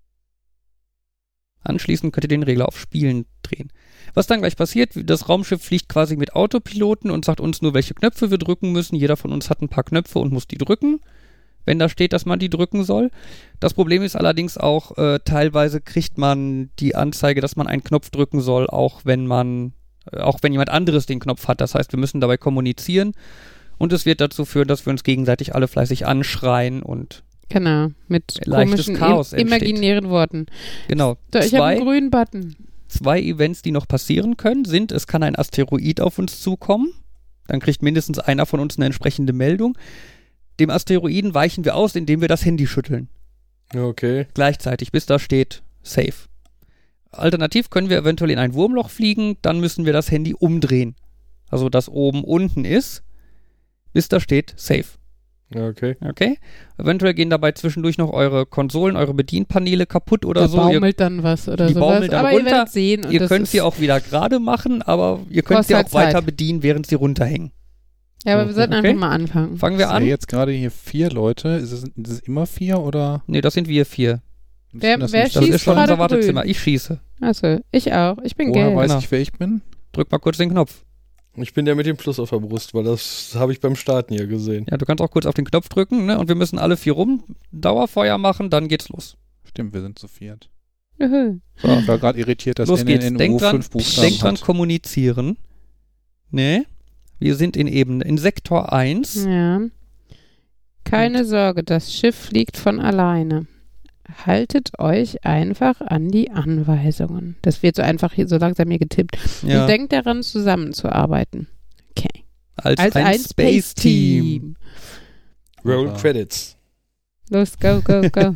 Anschließend könnt ihr den Regler auf Spielen drehen. Was dann gleich passiert, das Raumschiff fliegt quasi mit Autopiloten und sagt uns nur, welche Knöpfe wir drücken müssen. Jeder von uns hat ein paar Knöpfe und muss die drücken, wenn da steht, dass man die drücken soll. Das Problem ist allerdings auch, teilweise kriegt man die Anzeige, dass man einen Knopf drücken soll, auch wenn jemand anderes den Knopf hat. Das heißt, wir müssen dabei kommunizieren und es wird dazu führen, dass wir uns gegenseitig alle fleißig anschreien und genau, mit leichtes komischen, Chaos imaginären Worten. Genau. So, ich habe einen grünen Button. 2 Events, die noch passieren können, sind, es kann ein Asteroid auf uns zukommen. Dann kriegt mindestens einer von uns eine entsprechende Meldung. Dem Asteroiden weichen wir aus, indem wir das Handy schütteln. Okay. Gleichzeitig, bis da steht, safe. Alternativ können wir eventuell in ein Wurmloch fliegen, dann müssen wir das Handy umdrehen. Also, das oben unten ist, bis da steht, safe. Okay. Okay? Eventuell gehen dabei zwischendurch noch eure Konsolen, eure Bedienpaneele kaputt oder da so. Baumelt dann was oder die sowas. baumelt dann aber runter. ihr werdet sehen. Und Ihr könnt sie auch wieder gerade machen, aber ihr könnt sie auch Kostet halt weiter Zeit. bedienen, während sie runterhängen. Ja, aber wir sollten Okay. einfach mal anfangen. Fangen wir Ich sehe an. jetzt gerade hier 4 Leute. Ist es immer 4 oder? Nee, das sind wir 4. Wer Das schießt Das ist schon gerade unser Wartezimmer. grün? Ich schieße. Achso, ich auch. Ich bin Woher gelb. weiß Genau. ich, wer ich bin? Drück mal kurz den Knopf. Ich bin der mit dem Plus auf der Brust, weil das habe ich beim Starten hier gesehen. Ja, du kannst auch kurz auf den Knopf drücken, ne? Und wir müssen alle 4 rum Dauerfeuer machen, dann geht's los. Stimmt, wir sind zu 4. Juhu. Ich war gerade irritiert, dass Los geht's. NNNU Denk dran, 5 Buchstaben denk dran, hat. kommunizieren. Ne? Wir sind in Sektor 1. Ja. Keine Sorge, das Schiff fliegt von alleine. Haltet euch einfach an die Anweisungen. Das wird so einfach hier so langsam hier getippt. Ja. Und denkt daran, zusammenzuarbeiten. Okay. Als ein Space-Team. Roll Aber- Credits. Los, go, go, go.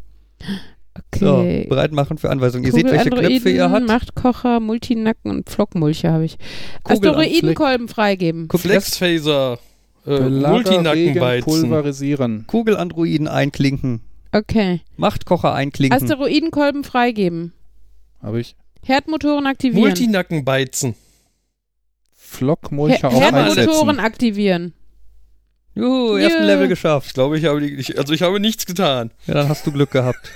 So, Okay. bereit machen für Anweisungen. Ihr seht, welche Knöpfe ihr habt. Machtkocher, Multinacken und Pflockmulche habe ich. Kugel- Asteroidenkolben freigeben. Guckt, Flexphaser. Regen Multinackenbeizen. pulverisieren. Kugelandroiden einklinken. Okay. Machtkocher einklinken. Asteroidenkolben freigeben. Habe ich. Herdmotoren aktivieren. Multinackenbeizen. Flockmulcher auf Herdmotoren einsetzen. aktivieren. Juhu, ersten Jö. Level Ich geschafft. glaube, ich habe nichts getan. Ja, dann hast du Glück gehabt.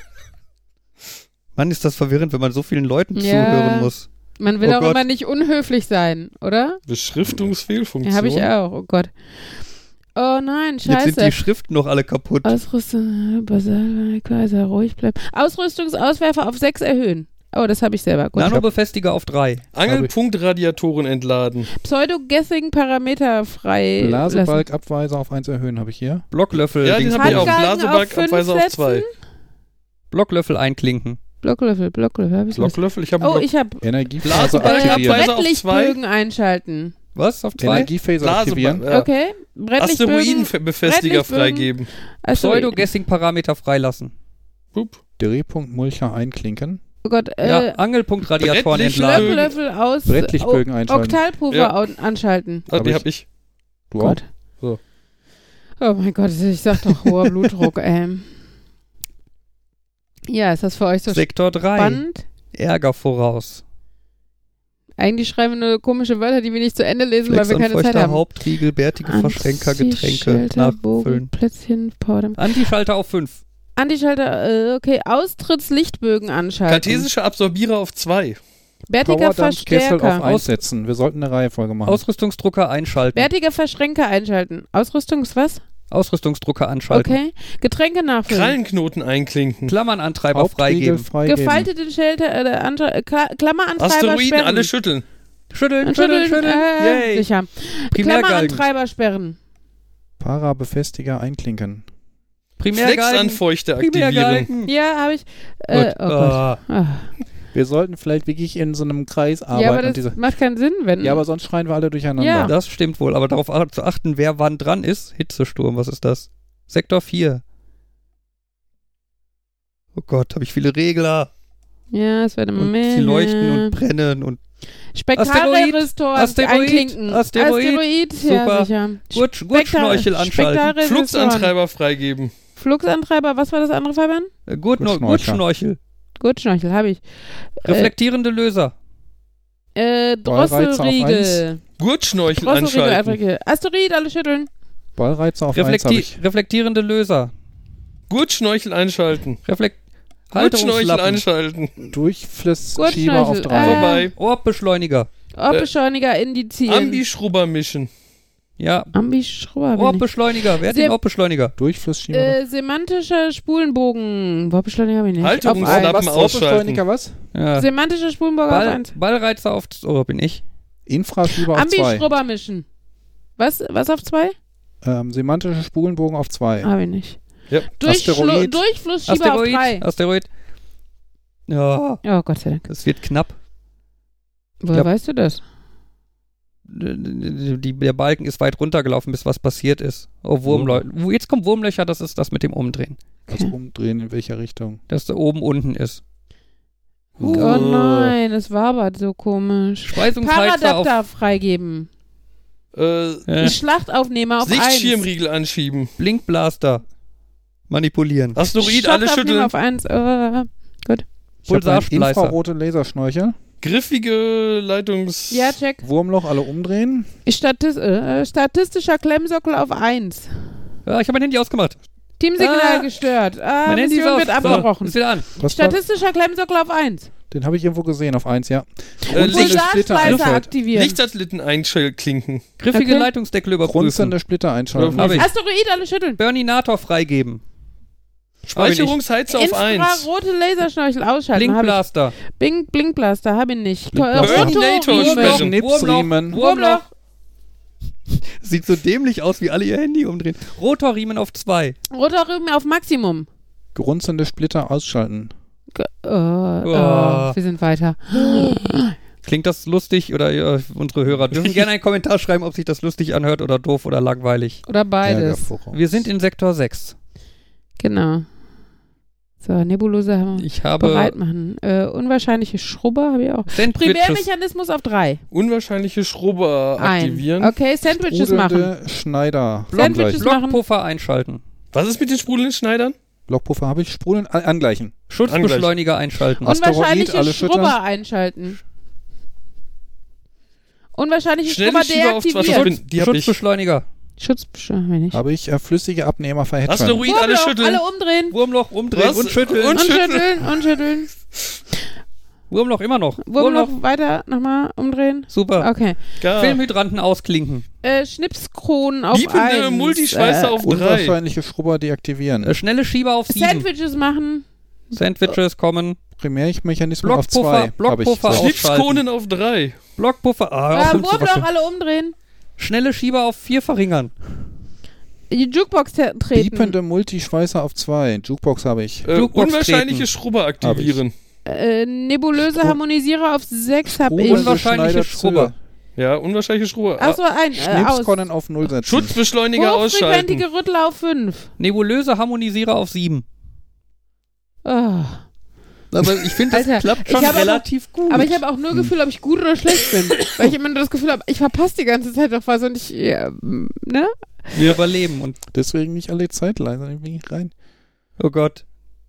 Mann, ist das verwirrend, wenn man so vielen Leuten Ja. zuhören muss. Man will Oh auch Gott. immer nicht unhöflich sein, oder? Beschriftungsfehlfunktion. Ja, habe ich auch. Oh Gott. Oh nein, Jetzt sind die scheiße. Schriften noch alle kaputt. Ausrüstung, Basal, ruhig bleiben. Ausrüstungsauswerfer auf 6 erhöhen. Oh, das habe ich selber. Gut. Nanobefestiger auf 3. Angelpunktradiatoren entladen. Pseudo-Guessing-Parameter frei lassen. Blasebalgabweiser auf 1 erhöhen habe ich hier. Blocklöffel, Ja, den habe ich auch. Handgalgen auf Blasebalgabweiser auf 2. setzen. Blocklöffel einklinken. Blocklöffel, habe ich was? Blocklöffel, ich habe Oh, ich habe Energiephaser Blasebalg- aktivieren. Abweiser auf Brettlichtbögen einschalten. Was? Auf 2? Energiephaser aktivieren. Ja. Okay. Brettlichtbögen. Brettlichtbefestiger Brettlichtbögen. freigeben. Pseudo-Guessing-Parameter freilassen. Pup. Drehpunktmulcher einklinken. Oh Gott, Ja, Angelpunktradiatoren Brettlicht- entladen. Blocklöffel aus. Brettlichtbögen einschalten. Oktalpuffer Ja. anschalten. Ah, die Hab habe ich. Du Gott. auch? So. Oh mein Gott, ich sag doch hoher Blutdruck, Ja, ist das für euch so Sektor 3. spannend? Ärger voraus. Eigentlich schreiben wir nur komische Wörter, die wir nicht zu Ende lesen, weil wir keine Zeit Flexanfeuchter, haben. Hauptriegel, bärtige Verschränker, Getränke Anti-Schalter, Bogen, nachfüllen. Plätzchen, Powder. Antischalter auf 5. Antischalter, okay. Austrittslichtbögen anschalten. Kartesische Absorbierer auf 2. Bärtiger Powerdampfkessel auf Verstärker. 1 setzen. Wir sollten eine Reihefolge machen. Ausrüstungsdrucker einschalten. Bärtiger Verschränker einschalten. was? Ausrüstungsdrucker anschalten. Okay. Getränke nachfüllen. Krallenknoten einklinken. Klammernantreiber Hauptriegel freigeben. freigeben. Gefaltete Schelte, Klammerantreiber Asteroiden sperren. alle schütteln. Schütteln, Und schütteln, schütteln. Yay. Sicher. Primärgalgen. Klammerantreiber sperren. Parabefestiger einklinken. Primärgalgen. Flexanfeuchter aktivieren. Primärgalgen. Ja, habe ich. Gut. Oh Gott. Ah. Wir sollten vielleicht wirklich in so einem Kreis arbeiten. Ja, aber und das macht keinen Sinn, wenn. ja, aber sonst schreien wir alle durcheinander. Ja. Das stimmt wohl, aber darauf zu achten, wer wann dran ist. Hitzesturm, was ist das? Sektor 4. Oh Gott, habe ich viele Regler. Ja, es wird immer Und mehr. sie leuchten und brennen und Spektralrestoren Asteroid, einklinken. Asteroid, ja, super. sicher. Gurtschnorchel anschalten. Fluxantreiber freigeben. Fluxantreiber, was war das andere, Fabian? Gurtschnorchel. Gurtschnorchel, habe ich. Reflektierende Löser. Drosselriegel. Gurtschnorchel Drosselriegel, anschalten. Asteroid. Asteroid, alle schütteln. Ballreizer auf 1 habe ich. Reflektierende Löser. Gurtschnorchel einschalten. Gurtschnorchel einschalten. Durchflussschieber auf 3. Vorbei. Orbbeschleuniger. Orbbeschleuniger indizieren. Ambi-Schrubber mischen. Ja. Ambi-Schrubber. Orbbeschleuniger. Wer hat den Orbbeschleuniger? Durchflussschieber. Semantischer Spulenbogen. Orbbeschleuniger habe ich nicht. Halterungslappen ausschalten. Was? Ja. Semantischer Spulenbogen auf 1. Ballreizer auf... Oh, bin ich. Infraschieber auf 2. Ambi-Schrubber mischen. Was auf 2? Semantischer Spulenbogen auf 2. Habe ich nicht. Ja. Durchflussschieber auf 3. Asteroid. Ja. Oh, Gott sei Dank. Das wird knapp. Woher weißt du das? Der Balken ist weit runtergelaufen, bis was passiert ist. Oh, Wurmlöcher. Jetzt kommt Wurmlöcher, das ist das mit dem Umdrehen. Also umdrehen in welcher Richtung? Dass da oben unten ist. Oh nein, es wabert so komisch. Speisungsheizer auf... Paradapter freigeben. Schlachtaufnehmer auf 1. Sichtschirmriegel anschieben. Blinkblaster. Manipulieren. Asteroid, alle schütteln. Auf 1. Gut. Pulsarspleißer. Infrarote Laserschnorchel. Griffige Leitungs... Ja, check. Wurmloch, alle umdrehen. Statistischer Klemmsockel auf 1. Ja, ich habe mein Handy ausgemacht. Teamsignal gestört. Mein Handy ist Mission wird abgebrochen. So, ist wieder an. Statistischer Klemmsockel auf 1. Den habe ich irgendwo gesehen, auf 1, ja. Pulsarspleißer aktivieren. Lichtsatelliten einschalten. Griffige Leitungsdeckel überprüfen. Grunzende Splitter einschalten. Asteroid, alle schütteln. Burninator freigeben. Speicherungsheizer auf 1. Infrarote Laserschnorchel ausschalten. Blinkblaster. Blinkblaster, habe ich nicht. Schnipsriemen. Wurmloch. Sieht so dämlich aus, wie alle ihr Handy umdrehen. Rotorriemen auf 2. Rotorriemen auf Maximum. Grunzende Splitter ausschalten. Wir sind weiter. Klingt das lustig? Oder unsere Hörer dürfen gerne einen Kommentar schreiben, ob sich das lustig anhört oder doof oder langweilig. Oder beides. Wir sind in Sektor 6. Genau. So, Nebulose haben wir bereit machen. Unwahrscheinliche Schrubber habe ich auch. Primärmechanismus auf 3. Unwahrscheinliche Schrubber aktivieren. Okay, Sandwiches machen. Schneider. Sandwiches machen. Blockpuffer einschalten. Was ist mit den sprudelnden Schneidern? Blockpuffer habe ich. Sprudeln angleichen. Schutzbeschleuniger einschalten. Unwahrscheinliche Schrubber einschalten. Unwahrscheinliche Schrubber deaktivieren. Schutzbeschleuniger. Schutzbeschleuniger. Habe ich flüssige Abnehmer verhedgern. Asteroid, alle schütteln. Alle umdrehen. Wurmloch umdrehen und schütteln. Und schütteln. Wurmloch immer noch. Wurmloch weiter, nochmal umdrehen. Super. Okay. Filmhydranten ausklinken. Schnipskronen auf 1. Liebende Multischweißer auf 3. Unwahrscheinliche Schrubber deaktivieren. Schnelle Schieber auf 7. Sandwiches machen. Sandwiches kommen. Primärmechanismus auf 2. Blockpuffer Schnipskonen auf 3. Blockpuffer. Wurmloch alle umdrehen. Schnelle Schieber auf 4 verringern. Die Jukebox treten. Piepende Multischweißer auf 2. Jukebox habe ich. Unwahrscheinliche Schrubber aktivieren. Nebulöse Harmonisierer auf 6 habe ich. Unwahrscheinliche Schrubber. Ja, unwahrscheinliche Schrubber. Achso, Schnipskonnen auf 0 setzen. Schutzbeschleuniger ausschalten. Hochfrequentige Rüttler auf 5. Nebulöse Harmonisierer auf 7. Oh. Aber ich finde, das klappt schon relativ gut. Aber ich habe auch nur Gefühl, ob ich gut oder schlecht bin. Weil ich immer nur das Gefühl habe, ich verpasse die ganze Zeit noch was und ich, ne? Wir überleben und deswegen nicht alle Zeit leider irgendwie rein. Oh Gott.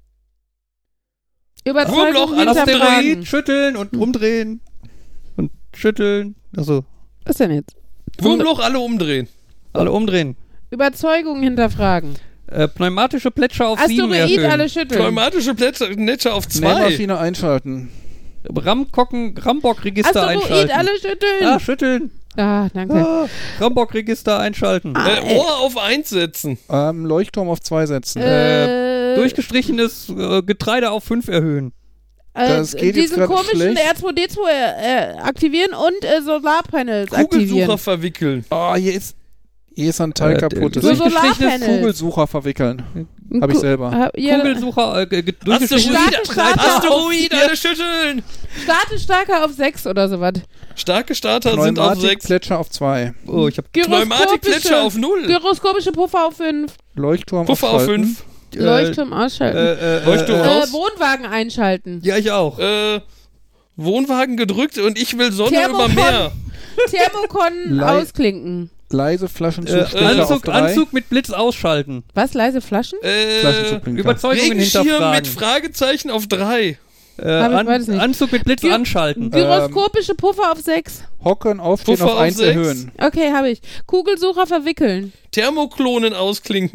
Überzeugung Asteroid, schütteln und umdrehen. Und schütteln. Achso. Was denn jetzt? Wurmloch, alle umdrehen. Alle umdrehen. Überzeugung hinterfragen. Pneumatische Plätscher auf 7 erhöhen. Asteroid, alle schütteln. Pneumatische Plätscher auf 2. Nähmaschine einschalten. Rambock-Register einschalten. Asteroid, alle schütteln. Ah, schütteln. Ah, danke. Rambock-Register einschalten. Ohr auf 1 setzen. Leuchtturm auf 2 setzen. Durchgestrichenes Getreide auf 5 erhöhen. Das geht diesen jetzt komischen schlecht. R2D2 aktivivieren und Solarpanels aktivieren. Kugelsucher verwickeln. Oh, hier ist ein Teil kaputt. Durchgestrichenes Kugelsucher verwickeln. Habe ich selber. Kugelsucher, Asteroid, alle schütteln. Starter auf 6 oder sowas. Starke Starter sind auf 6. Plätscher auf 2. Oh, ich hab Pneumatik-Plätscher auf 0. Gyroskopische Puffer auf 5. Leuchtturm Puffer auf 5. Leuchtturm ausschalten. Leuchtturm aus. Wohnwagen einschalten. Ja, ich auch. Wohnwagen gedrückt und ich will Sonne über Meer. Thermokonnen ausklinken. Leise Flaschenzug auf 3. Anzug mit Blitz ausschalten. Was, leise Flaschen? Überzeugungen hinterfragen. mit Fragezeichen auf 3. Anzug mit Blitz anschalten. Gyroskopische Puffer auf 6. Hocken, aufstehen, Puffer auf 1 6. erhöhen. Okay, habe ich. Kugelsucher verwickeln. Thermoklonen ausklinken.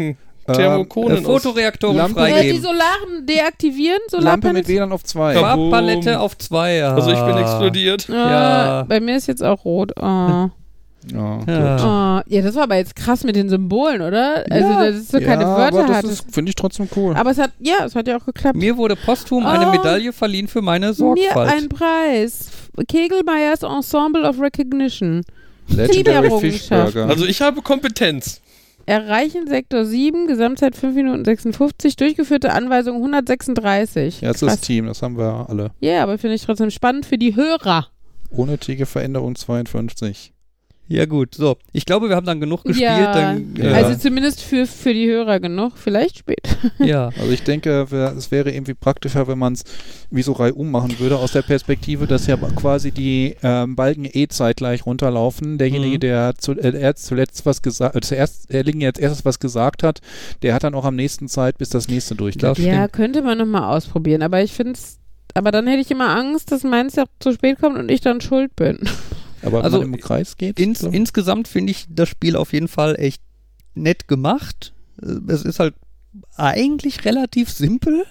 Thermokonen Fotoreaktoren Lampe. Die freigeben. Solaren deaktivieren, Lampe mit Solarpanels. WLAN auf 2. Farbpalette auf 2. Ja. Also ich bin explodiert. Ja. Bei mir ist jetzt auch rot. Oh. Ja, Ja. Ja, das war aber jetzt krass mit den Symbolen, oder? Also, dass es so keine Wörter aber hat. das finde ich trotzdem cool. Aber es hat ja auch geklappt. Mir wurde posthum eine Medaille verliehen für meine Mir Sorgfalt. ein Preis. Kegelmeyers Ensemble of Recognition. Legendary Errungenschaft. Fischburger. Also ich habe Kompetenz. Erreichen Sektor 7, Gesamtzeit 5 Minuten 56, durchgeführte Anweisung 136. Ja, das ist das Team, das haben wir alle. Ja, aber finde ich trotzdem spannend für die Hörer. Unnötige Veränderung 52. Ja gut, so. Ich glaube, wir haben dann genug gespielt. Ja, Dann, also zumindest für die Hörer genug. Vielleicht später. ja. Also ich denke, es wäre irgendwie praktischer, wenn man es wie so reihum machen würde, aus der Perspektive, dass ja quasi die Balken zeitgleich runterlaufen. Derjenige, der zuletzt was gesagt, derjenige jetzt erstes was gesagt hat, der hat dann auch am nächsten Zeit, bis das nächste durchgeht. Ja, könnte man nochmal ausprobieren. Aber ich finde es, aber dann hätte ich immer Angst, dass meins ja zu spät kommt und ich dann schuld bin. Aber wenn Also man im Kreis geht. Insgesamt finde ich das Spiel auf jeden Fall echt nett gemacht. Es ist halt eigentlich relativ simpel.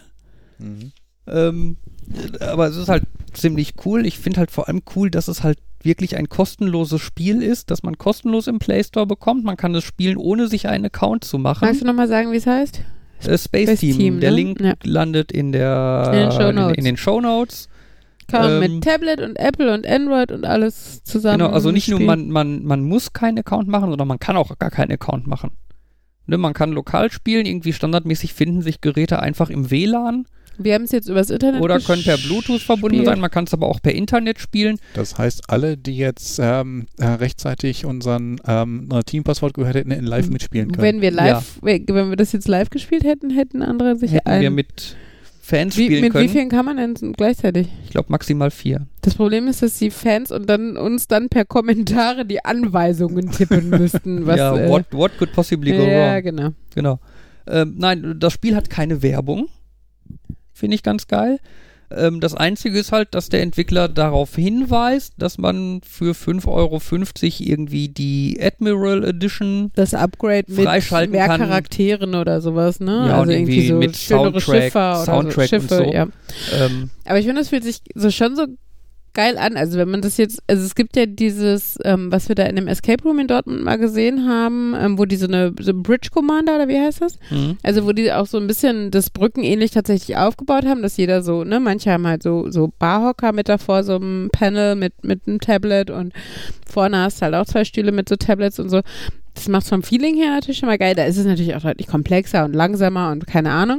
Aber es ist halt ziemlich cool. Ich finde halt vor allem cool, dass es halt wirklich ein kostenloses Spiel ist, das man kostenlos im Play Store bekommt. Man kann es spielen, ohne sich einen Account zu machen. Magst du nochmal sagen, wie es heißt? Space Team. Der ne? Link landet in den Shownotes. Kann man mit Tablet und Apple und Android und alles zusammen. Genau, also nicht spielen. nur man muss keinen Account machen, sondern man kann auch gar keinen Account machen. Ne, man kann lokal spielen, irgendwie standardmäßig finden sich Geräte einfach im WLAN. Wir haben es jetzt übers Internet Oder können per Bluetooth verbunden sein, man kann es aber auch per Internet spielen. Das heißt, alle, die jetzt rechtzeitig unseren Teampasswort gehört hätten, in live mitspielen können. Wenn wir das jetzt live gespielt hätten, hätten andere sich hätten wir mit Fans spielen mit können. Wie vielen kann man denn gleichzeitig? Ich glaube maximal 4. Das Problem ist, dass die Fans uns dann per Kommentare die Anweisungen tippen müssten. Was, ja, what could possibly go wrong? Ja, genau. Nein, das Spiel hat keine Werbung. Finde ich ganz geil. Das Einzige ist halt, dass der Entwickler darauf hinweist, dass man für 5,50 Euro irgendwie die Admiral Edition das Upgrade mit freischalten mehr kann. Charakteren oder sowas, ne? Ja, also und irgendwie so mit schönere Soundtrack Schiffe und so. Ja. Aber ich finde, das fühlt sich schon so geil an. Also wenn man das jetzt, also es gibt ja dieses, was wir da in dem Escape Room in Dortmund mal gesehen haben, wo die so Bridge Commander oder wie heißt das? Mhm. Also wo die auch so ein bisschen das Brückenähnlich tatsächlich aufgebaut haben, dass jeder so, ne, manche haben halt so Barhocker mit davor, so einem Panel mit einem Tablet und vorne hast du halt auch 2 Stühle mit so Tablets und so. Das macht vom Feeling her natürlich schon mal geil. Da ist es natürlich auch deutlich komplexer und langsamer und keine Ahnung.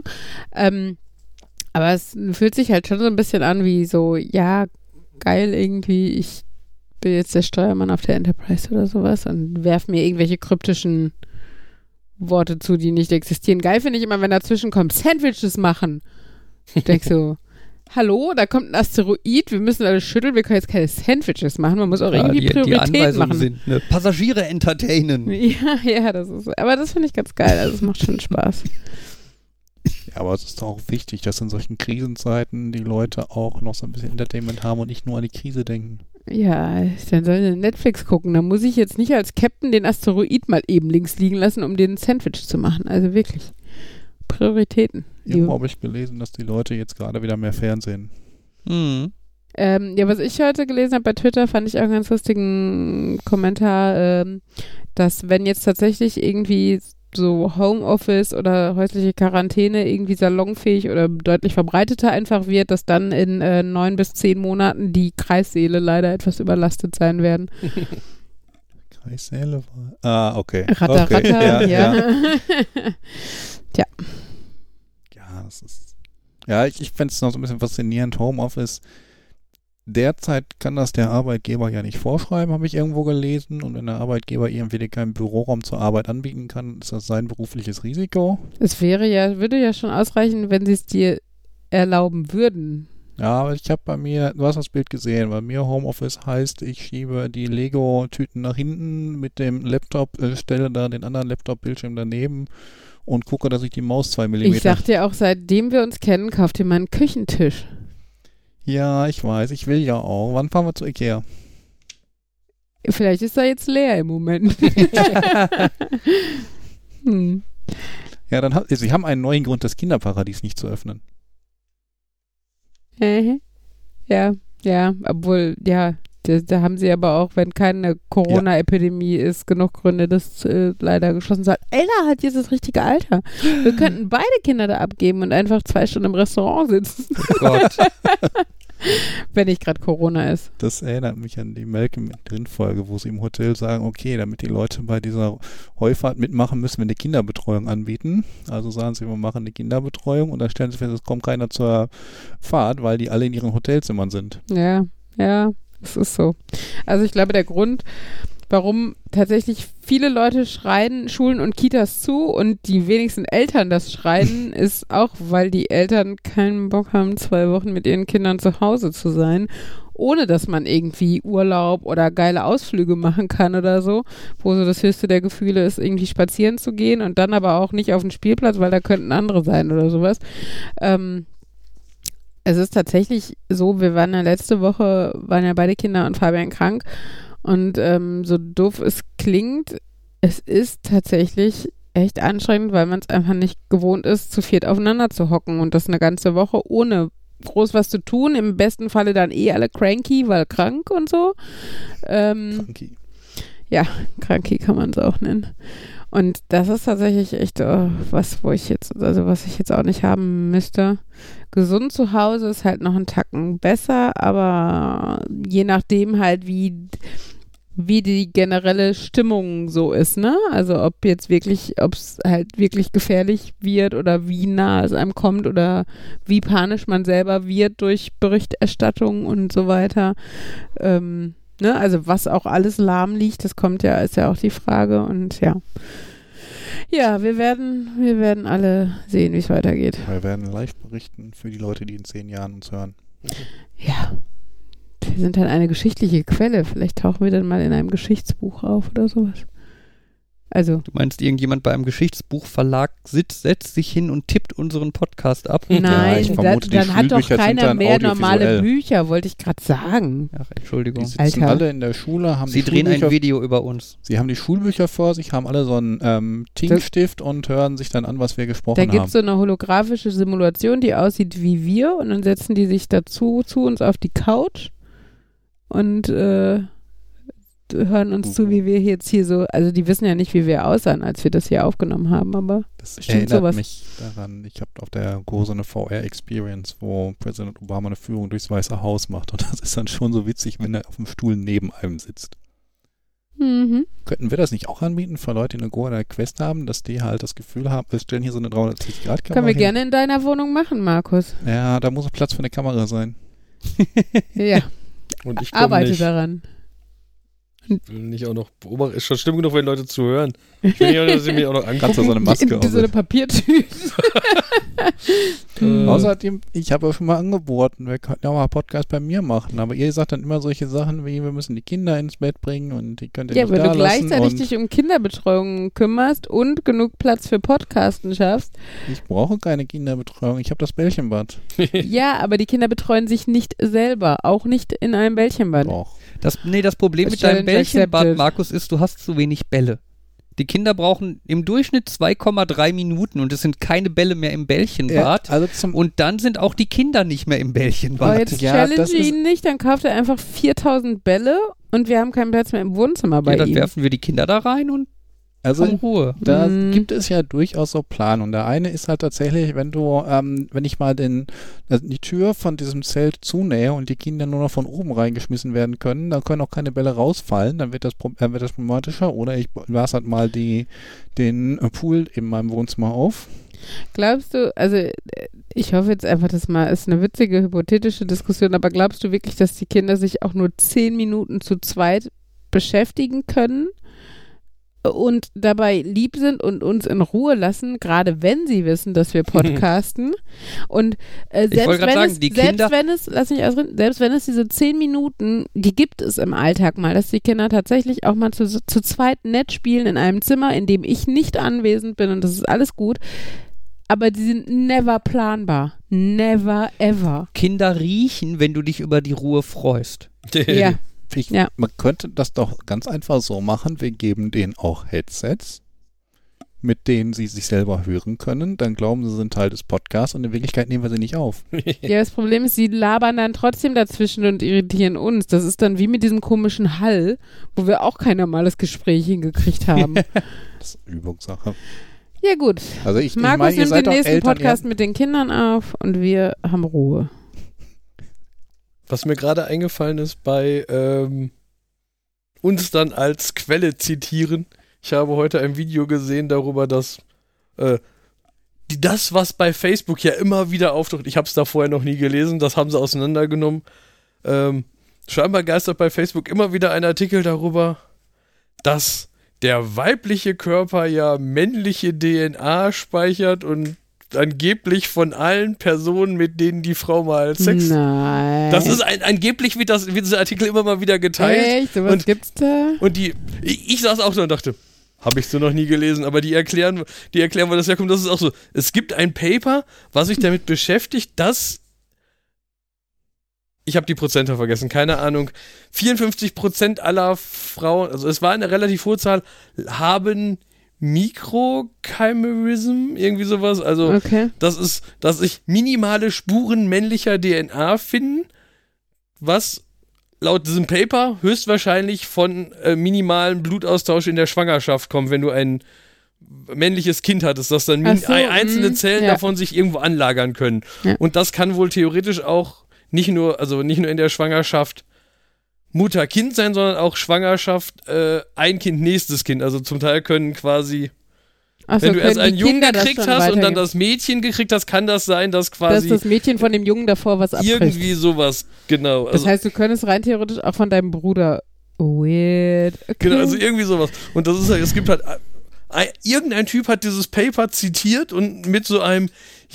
Aber es fühlt sich halt schon so ein bisschen an wie so, ja, geil irgendwie, ich bin jetzt der Steuermann auf der Enterprise oder sowas und werf mir irgendwelche kryptischen Worte zu, die nicht existieren. Geil finde ich immer, wenn dazwischen kommt, Sandwiches machen. Ich denke so, hallo, da kommt ein Asteroid, wir müssen alles schütteln, wir können jetzt keine Sandwiches machen, man muss auch irgendwie Prioritäten die Anweisungen machen. sind, ne? Passagiere entertainen. Ja, das ist, aber das finde ich ganz geil, also es macht schon Spaß. Ja, aber es ist doch auch wichtig, dass in solchen Krisenzeiten die Leute auch noch so ein bisschen Entertainment haben und nicht nur an die Krise denken. Ja, dann sollen sie Netflix gucken. Da muss ich jetzt nicht als Captain den Asteroid mal eben links liegen lassen, um den Sandwich zu machen. Also wirklich. Prioritäten. Irgendwo habe ich gelesen, dass die Leute jetzt gerade wieder mehr Fernsehen. Mhm. Ja, was ich heute gelesen habe bei Twitter, fand ich auch einen ganz lustigen Kommentar, dass wenn jetzt tatsächlich irgendwie so Homeoffice oder häusliche Quarantäne irgendwie salonfähig oder deutlich verbreiteter einfach wird, dass dann in 9 bis 10 Monaten die Kreissäle leider etwas überlastet sein werden. Kreissäle? Okay. Ratter, okay. Ratter, ja. Tja. Ja, das ist. Ja, ich fände es noch so ein bisschen faszinierend. Homeoffice. Derzeit kann das der Arbeitgeber ja nicht vorschreiben, habe ich irgendwo gelesen. Und wenn der Arbeitgeber irgendwie keinen Büroraum zur Arbeit anbieten kann, ist das sein berufliches Risiko. Es würde ja schon ausreichen, wenn sie es dir erlauben würden. Ja, aber ich habe bei mir, du hast das Bild gesehen, bei mir Homeoffice heißt, ich schiebe die Lego-Tüten nach hinten mit dem Laptop, stelle da den anderen Laptop-Bildschirm daneben und gucke, dass ich die Maus 2 mm... Ich sag dir auch, seitdem wir uns kennen, kauf dir mal einen Küchentisch. Ja, ich weiß, ich will ja auch. Wann fahren wir zu Ikea? Vielleicht ist er jetzt leer im Moment. Ja, sie haben einen neuen Grund, das Kinderparadies nicht zu öffnen. Ja, obwohl, ja, da haben sie aber auch, wenn keine Corona-Epidemie ist, genug Gründe, das leider geschlossen zu haben. Ella hat jetzt das richtige Alter. Wir könnten beide Kinder da abgeben und einfach 2 Stunden im Restaurant sitzen. Oh Gott. Wenn nicht gerade Corona ist. Das erinnert mich an die Malcolm Drin-Folge, wo sie im Hotel sagen, okay, damit die Leute bei dieser Heufahrt mitmachen, müssen wir eine Kinderbetreuung anbieten. Also sagen sie, wir machen eine Kinderbetreuung und dann stellen sie fest, es kommt keiner zur Fahrt, weil die alle in ihren Hotelzimmern sind. Ja, es ist so. Also ich glaube, der Grund, warum tatsächlich viele Leute schreien Schulen und Kitas zu und die wenigsten Eltern das schreien, ist auch, weil die Eltern keinen Bock haben, 2 Wochen mit ihren Kindern zu Hause zu sein, ohne dass man irgendwie Urlaub oder geile Ausflüge machen kann oder so, wo so das höchste der Gefühle ist, irgendwie spazieren zu gehen und dann aber auch nicht auf den Spielplatz, weil da könnten andere sein oder sowas. Es ist tatsächlich so, wir waren ja letzte Woche, waren ja beide Kinder und Fabian krank. Und so doof es klingt, es ist tatsächlich echt anstrengend, weil man es einfach nicht gewohnt ist, zu viert aufeinander zu hocken und das eine ganze Woche ohne groß was zu tun. Im besten Falle dann alle cranky, weil krank und so. Cranky. Ja, cranky kann man es auch nennen. Und das ist tatsächlich echt was ich jetzt auch nicht haben müsste. Gesund zu Hause ist halt noch einen Tacken besser, aber je nachdem halt, wie die generelle Stimmung so ist, ne? Also ob es halt wirklich gefährlich wird oder wie nah es einem kommt oder wie panisch man selber wird durch Berichterstattung und so weiter. Ne? Also was auch alles lahm liegt, das ist ja auch die Frage und ja. Ja, wir werden alle sehen, wie es weitergeht. Wir werden live berichten für die Leute, die in 10 Jahren uns hören. Ja, wir sind dann eine geschichtliche Quelle. Vielleicht tauchen wir dann mal in einem Geschichtsbuch auf oder sowas. Also. Du meinst, irgendjemand bei einem Geschichtsbuchverlag setzt sich hin und tippt unseren Podcast ab? Nein, ja, ich vermute, dann hat doch keiner mehr normale Bücher, wollte ich gerade sagen. Ach, Entschuldigung. Die sitzen alle in der Schule, haben Sie drehen ein Video über uns. Sie haben die Schulbücher vor sich, haben alle so einen Tinkstift und hören sich dann an, was wir gesprochen haben. Da gibt es so eine holographische Simulation, die aussieht wie wir und dann setzen die sich dazu zu uns auf die Couch und hören uns zu, wie wir jetzt hier so, also die wissen ja nicht, wie wir aussahen, als wir das hier aufgenommen haben, aber das bestimmt erinnert sowas. mich daran, ich habe auf der Go so eine VR-Experience, wo Präsident Obama eine Führung durchs Weiße Haus macht und das ist dann schon so witzig, wenn er auf dem Stuhl neben einem sitzt. Mhm. Könnten wir das nicht auch anbieten für Leute, die eine Go oder eine Quest haben, dass die halt das Gefühl haben, wir stellen hier so eine 360-Grad-Kamera Können wir hin. gerne in deiner Wohnung machen, Markus. Ja, da muss Platz für eine Kamera sein. Ja, Und ich arbeite nicht. daran. Ich will nicht auch noch beobachten. Ist schon schlimm genug, wenn Leute zuhören. Ich will nicht auch, dass sie mich auch noch Kannst du angucken. so eine Maske So eine Papiertüte. Außerdem, ich habe ja schon mal angeboten, wir könnten ja auch mal einen Podcast bei mir machen, aber ihr sagt dann immer solche Sachen wie, wir müssen die Kinder ins Bett bringen und die könnt ihr Ja, nicht wenn da du lassen. gleichzeitig dich um Kinderbetreuung kümmerst und genug Platz für Podcasten schaffst. Ich brauche keine Kinderbetreuung, ich habe das Bällchenbad. Ja, aber die Kinder betreuen sich nicht selber, auch nicht in einem Bällchenbad. Doch. Das Problem mit deinem Bällchenbad, Markus, ist, du hast zu wenig Bälle. Die Kinder brauchen im Durchschnitt 2,3 Minuten und es sind keine Bälle mehr im Bällchenbad. Und dann sind auch die Kinder nicht mehr im Bällchenbad. Oh, jetzt challenge ihn nicht, dann kauft er einfach 4000 Bälle und wir haben keinen Platz mehr im Wohnzimmer bei ihm. Dann werfen wir die Kinder da rein und haben Ruhe. Da gibt es ja durchaus so Planung. Der eine ist halt tatsächlich, wenn ich mal die Tür von diesem Zelt zunähe und die Kinder nur noch von oben reingeschmissen werden können, dann können auch keine Bälle rausfallen, dann wird das problematischer. Oder ich lasse halt mal den Pool in meinem Wohnzimmer auf. Glaubst du, also ich hoffe jetzt einfach, das mal ist eine witzige, hypothetische Diskussion, aber glaubst du wirklich, dass die Kinder sich auch nur 10 Minuten zu zweit beschäftigen können? Und dabei lieb sind und uns in Ruhe lassen, gerade wenn sie wissen, dass wir podcasten. Und selbst wenn es diese 10 Minuten, die gibt es im Alltag mal, dass die Kinder tatsächlich auch mal zu zweit nett spielen in einem Zimmer, in dem ich nicht anwesend bin und das ist alles gut. Aber die sind never planbar. Never ever. Kinder riechen, wenn du dich über die Ruhe freust. Ja. Man könnte das doch ganz einfach so machen, wir geben denen auch Headsets mit denen sie sich selber hören können, dann glauben sie sind Teil des Podcasts und in Wirklichkeit nehmen wir sie nicht auf. Ja, das Problem ist, sie labern dann trotzdem dazwischen und irritieren uns. Das ist dann wie mit diesem komischen Hall, wo wir auch kein normales Gespräch hingekriegt haben. Das ist Übungssache. Ja gut, Also Markus nimmt den nächsten Podcast mit den Kindern auf und wir haben Ruhe. Was mir gerade eingefallen ist bei uns dann als Quelle zitieren. Ich habe heute ein Video gesehen darüber, dass das, was bei Facebook ja immer wieder auftaucht, ich habe es da vorher noch nie gelesen, das haben sie auseinandergenommen. Scheinbar geistert bei Facebook immer wieder ein Artikel darüber, dass der weibliche Körper ja männliche DNA speichert und angeblich von allen Personen, mit denen die Frau mal Sex... Nein. Das ist angeblich wird dieser Artikel immer mal wieder geteilt. Echt? So was gibt's da? Und ich saß auch da und dachte, habe ich so noch nie gelesen, aber die erklären, wo das herkommt. Das ist auch so. Es gibt ein Paper, was sich damit beschäftigt, dass ich habe die Prozente vergessen, keine Ahnung, 54% aller Frauen, also es war eine relativ hohe Zahl, haben Mikrochimerism, irgendwie sowas. Also okay. Das ist, dass sich minimale Spuren männlicher DNA finden, was laut diesem Paper höchstwahrscheinlich von minimalen Blutaustausch in der Schwangerschaft kommt, wenn du ein männliches Kind hattest, dass dann einzelne Zellen davon sich irgendwo anlagern können. Ja. Und das kann wohl theoretisch auch nicht nur in der Schwangerschaft Mutter-Kind sein, sondern auch Schwangerschaft ein Kind, nächstes Kind. Also zum Teil können quasi, wenn du erst einen Jungen gekriegt hast und dann das Mädchen gekriegt hast, kann das sein, dass quasi dass das Mädchen von dem Jungen davor was abkriegt. Irgendwie sowas, genau. Das heißt, du könntest rein theoretisch auch von deinem Bruder weird. Okay. Genau, also irgendwie sowas. Und das ist halt, es gibt halt, irgendein Typ hat dieses Paper zitiert und mit so einem,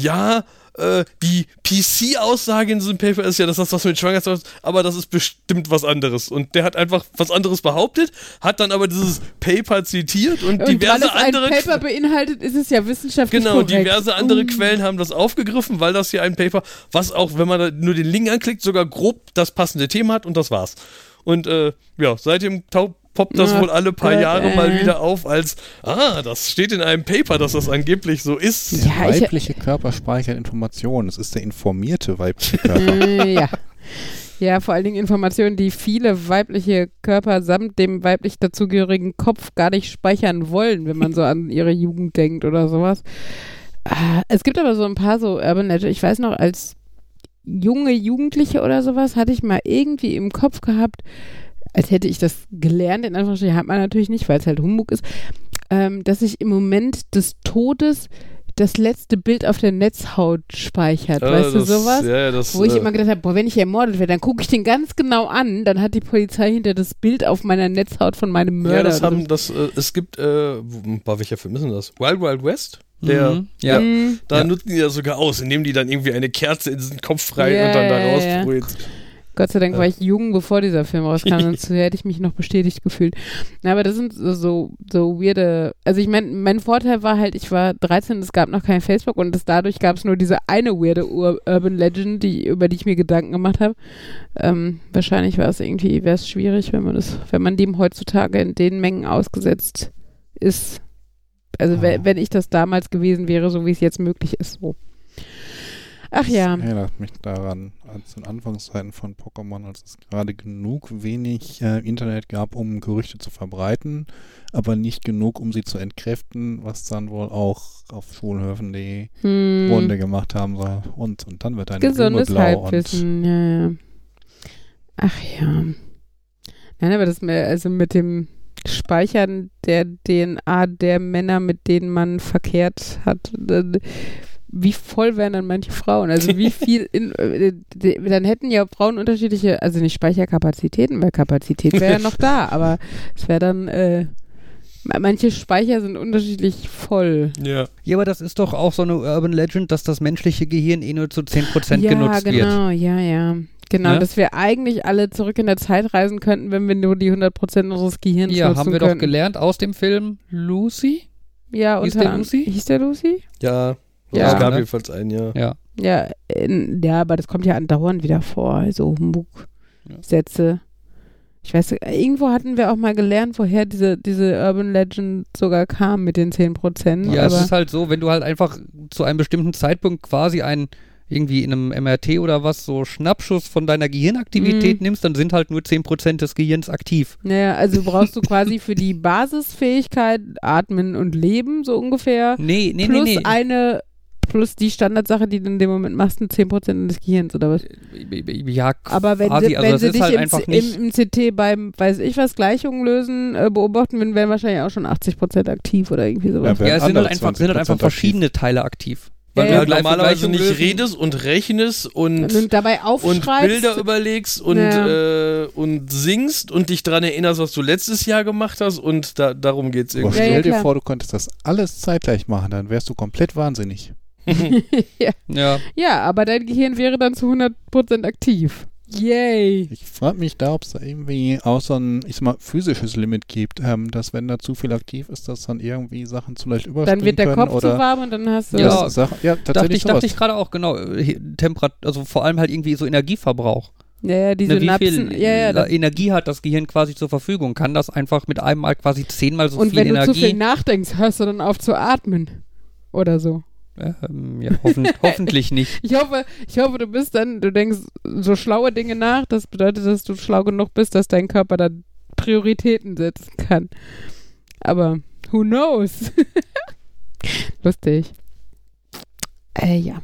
die PC-Aussage in diesem Paper ist ja, dass das was mit Schwangerschaft ist, aber das ist bestimmt was anderes. Und der hat einfach was anderes behauptet, hat dann aber dieses Paper zitiert und diverse andere... Weil es ein Paper beinhaltet, ist es ja wissenschaftlich korrekt. Diverse andere Quellen haben das aufgegriffen, weil das hier ein Paper, was auch, wenn man da nur den Link anklickt, sogar grob das passende Thema hat und das war's. Und seitdem poppt das wohl alle paar Jahre mal wieder auf als, das steht in einem Paper, dass das angeblich so ist. Der weibliche Körper speichert Informationen. Es ist der informierte weibliche Körper. Ja, vor allen Dingen Informationen, die viele weibliche Körper samt dem weiblich dazugehörigen Kopf gar nicht speichern wollen, wenn man so an ihre Jugend denkt oder sowas. Es gibt aber so ein paar so Urban Legends. Ich weiß noch, als junge Jugendliche oder sowas hatte ich mal irgendwie im Kopf gehabt, als hätte ich das gelernt, in Anführungsstrichen, hat man natürlich nicht, weil es halt Humbug ist, dass sich im Moment des Todes das letzte Bild auf der Netzhaut speichert. Weißt du, sowas? Ja, wo ich immer gedacht habe, wenn ich ermordet werde, dann gucke ich den ganz genau an, dann hat die Polizei hinter das Bild auf meiner Netzhaut von meinem Mörder. Es gibt, welcher Film ist denn das? Wild Wild West? Da nutzen die das sogar aus, indem die dann irgendwie eine Kerze in diesen Kopf rein und dann da rausprojizieren. Gott sei Dank war ich jung, bevor dieser Film rauskam, sonst hätte ich mich noch bestätigt gefühlt. Na, aber das sind so weirde, also ich meine, mein Vorteil war halt, ich war 13, es gab noch kein Facebook und dadurch gab es nur diese eine weirde Urban Legend, über die ich mir Gedanken gemacht habe. Wahrscheinlich wäre es schwierig, wenn man dem heutzutage in den Mengen ausgesetzt ist. Also wenn ich das damals gewesen wäre, so wie es jetzt möglich ist, so. Ach ja. Das erinnert mich daran, als in Anfangszeiten von Pokémon, als es gerade genug wenig Internet gab, um Gerüchte zu verbreiten, aber nicht genug, um sie zu entkräften, was dann wohl auch auf Schulhöfen die Runde gemacht haben soll. Und dann wird eine gesundes Blume blau. Halbwissen, ja. Ach ja. Nein, aber das mit dem Speichern der DNA der Männer, mit denen man verkehrt hat, wie voll wären dann manche Frauen? Also wie viel, dann hätten ja Frauen unterschiedliche, also nicht Speicherkapazitäten, weil Kapazität wäre ja noch da, aber es wäre dann, manche Speicher sind unterschiedlich voll. Ja, aber das ist doch auch so eine Urban Legend, dass das menschliche Gehirn nur zu 10% genutzt wird. Ja. Genau, dass wir eigentlich alle zurück in der Zeit reisen könnten, wenn wir nur die 100% unseres Gehirns nutzen haben wir könnten. doch gelernt aus dem Film Lucy. Ja, Hieß der Lucy? Hieß der Lucy? Ja. Es gab jedenfalls einen, ja. Ja, aber das kommt ja andauernd wieder vor, so Humbug-Sätze. Ich weiß, irgendwo hatten wir auch mal gelernt, woher diese Urban Legend sogar kam mit den 10%. Ja, es ist halt so, wenn du halt einfach zu einem bestimmten Zeitpunkt quasi irgendwie in einem MRT oder was so Schnappschuss von deiner Gehirnaktivität nimmst, dann sind halt nur 10% des Gehirns aktiv. Naja, also brauchst du quasi für die Basisfähigkeit Atmen und Leben so ungefähr. Nee. Plus die Standardsache, die du in dem Moment machst, sind 10% des Gehirns, oder was? Ja, aber wenn sie dich halt im CT beim, weiß ich was, Gleichungen lösen, beobachten, werden wahrscheinlich auch schon 80% aktiv oder irgendwie sowas. Ja, es sind halt einfach verschiedene Teile aktiv. Weil du normalerweise nicht redest und rechnest und dabei aufschreibst und Bilder überlegst und singst und dich daran erinnerst, was du letztes Jahr gemacht hast und darum geht's irgendwie. Stell dir vor, du könntest das alles zeitgleich machen, dann wärst du komplett wahnsinnig. Ja, aber dein Gehirn wäre dann zu 100% aktiv. Yay! Ich frage mich da, ob es da irgendwie auch so ein, ich sag mal, physisches Limit gibt, dass wenn da zu viel aktiv ist, dass dann irgendwie Sachen zu leicht überspringen können. Dann wird der Kopf oder zu warm und dann hast du... tatsächlich dachte ich gerade auch, genau. Also vor allem halt irgendwie so Energieverbrauch. Ja, diese wie viel Energie hat das Gehirn quasi zur Verfügung? Kann das einfach mit einem Mal quasi 10-mal so viel Energie... Und wenn du zu viel nachdenkst, hörst du dann auf zu atmen. Oder so. Hoffentlich nicht. Ich hoffe, du denkst so schlaue Dinge nach. Das bedeutet, dass du schlau genug bist, dass dein Körper da Prioritäten setzen kann. Aber who knows? Lustig. Ja.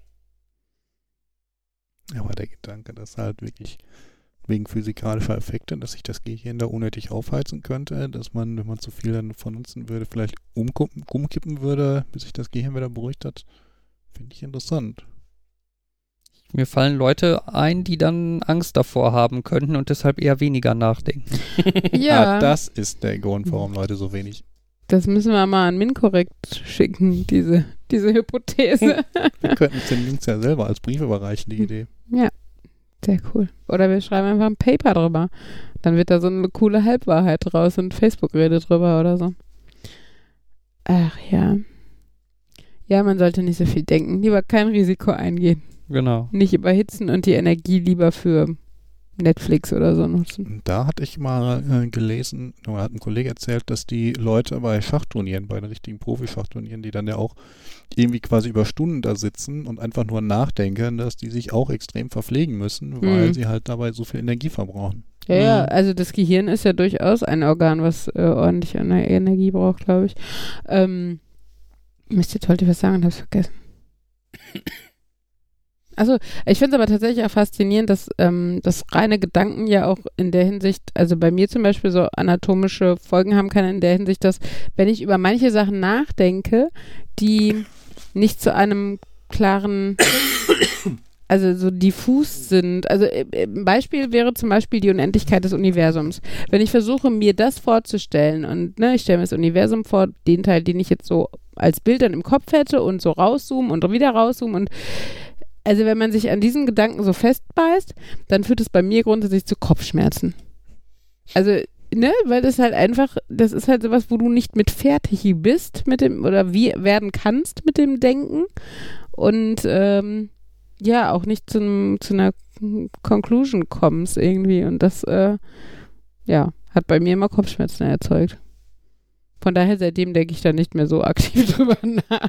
Aber der Gedanke, dass halt wirklich wegen physikalischer Effekte, dass sich das Gehirn da unnötig aufheizen könnte, dass man, wenn man zu viel dann davon nutzen würde, vielleicht umkippen würde, bis sich das Gehirn wieder beruhigt hat, finde ich interessant. Mir fallen Leute ein, die dann Angst davor haben könnten und deshalb eher weniger nachdenken. Ja. Das ist der Grund, warum Leute so wenig. Das müssen wir mal an MinCorrect schicken, diese Hypothese. Wir könnten uns den Links ja selber als Brief überreichen, die Idee. Ja. Sehr cool. Oder wir schreiben einfach ein Paper drüber. Dann wird da so eine coole Halbwahrheit draus und Facebook redet drüber oder so. Ach ja. Ja, man sollte nicht so viel denken. Lieber kein Risiko eingehen. Genau. Nicht überhitzen und die Energie lieber für Netflix oder so nutzen. Da hatte ich mal gelesen, oder hat ein Kollege erzählt, dass die Leute bei Schachturnieren, bei den richtigen Profi-Schachturnieren, die dann ja auch irgendwie quasi über Stunden da sitzen und einfach nur nachdenken, dass die sich auch extrem verpflegen müssen, weil sie halt dabei so viel Energie verbrauchen. Ja, also das Gehirn ist ja durchaus ein Organ, was ordentlich Energie braucht, glaube ich. Mist, jetzt wollte ich was sagen und hab's vergessen. Also ich finde es aber tatsächlich auch faszinierend, dass das reine Gedanken ja auch in der Hinsicht, also bei mir zum Beispiel so anatomische Folgen haben kann in der Hinsicht, dass wenn ich über manche Sachen nachdenke, die nicht zu einem klaren, also so diffus sind. Also ein Beispiel wäre zum Beispiel die Unendlichkeit des Universums. Wenn ich versuche, mir das vorzustellen und ich stelle mir das Universum vor, den Teil, den ich jetzt so als Bild dann im Kopf hätte und so rauszoomen und wieder rauszoomen und also wenn man sich an diesen Gedanken so festbeißt, dann führt es bei mir grundsätzlich zu Kopfschmerzen. Also, weil das halt einfach, das ist halt sowas, wo du nicht mit fertig bist mit dem, oder wie werden kannst mit dem Denken und auch nicht zu einer Conclusion kommst irgendwie und das, hat bei mir immer Kopfschmerzen erzeugt. Von daher, seitdem denke ich da nicht mehr so aktiv drüber nach.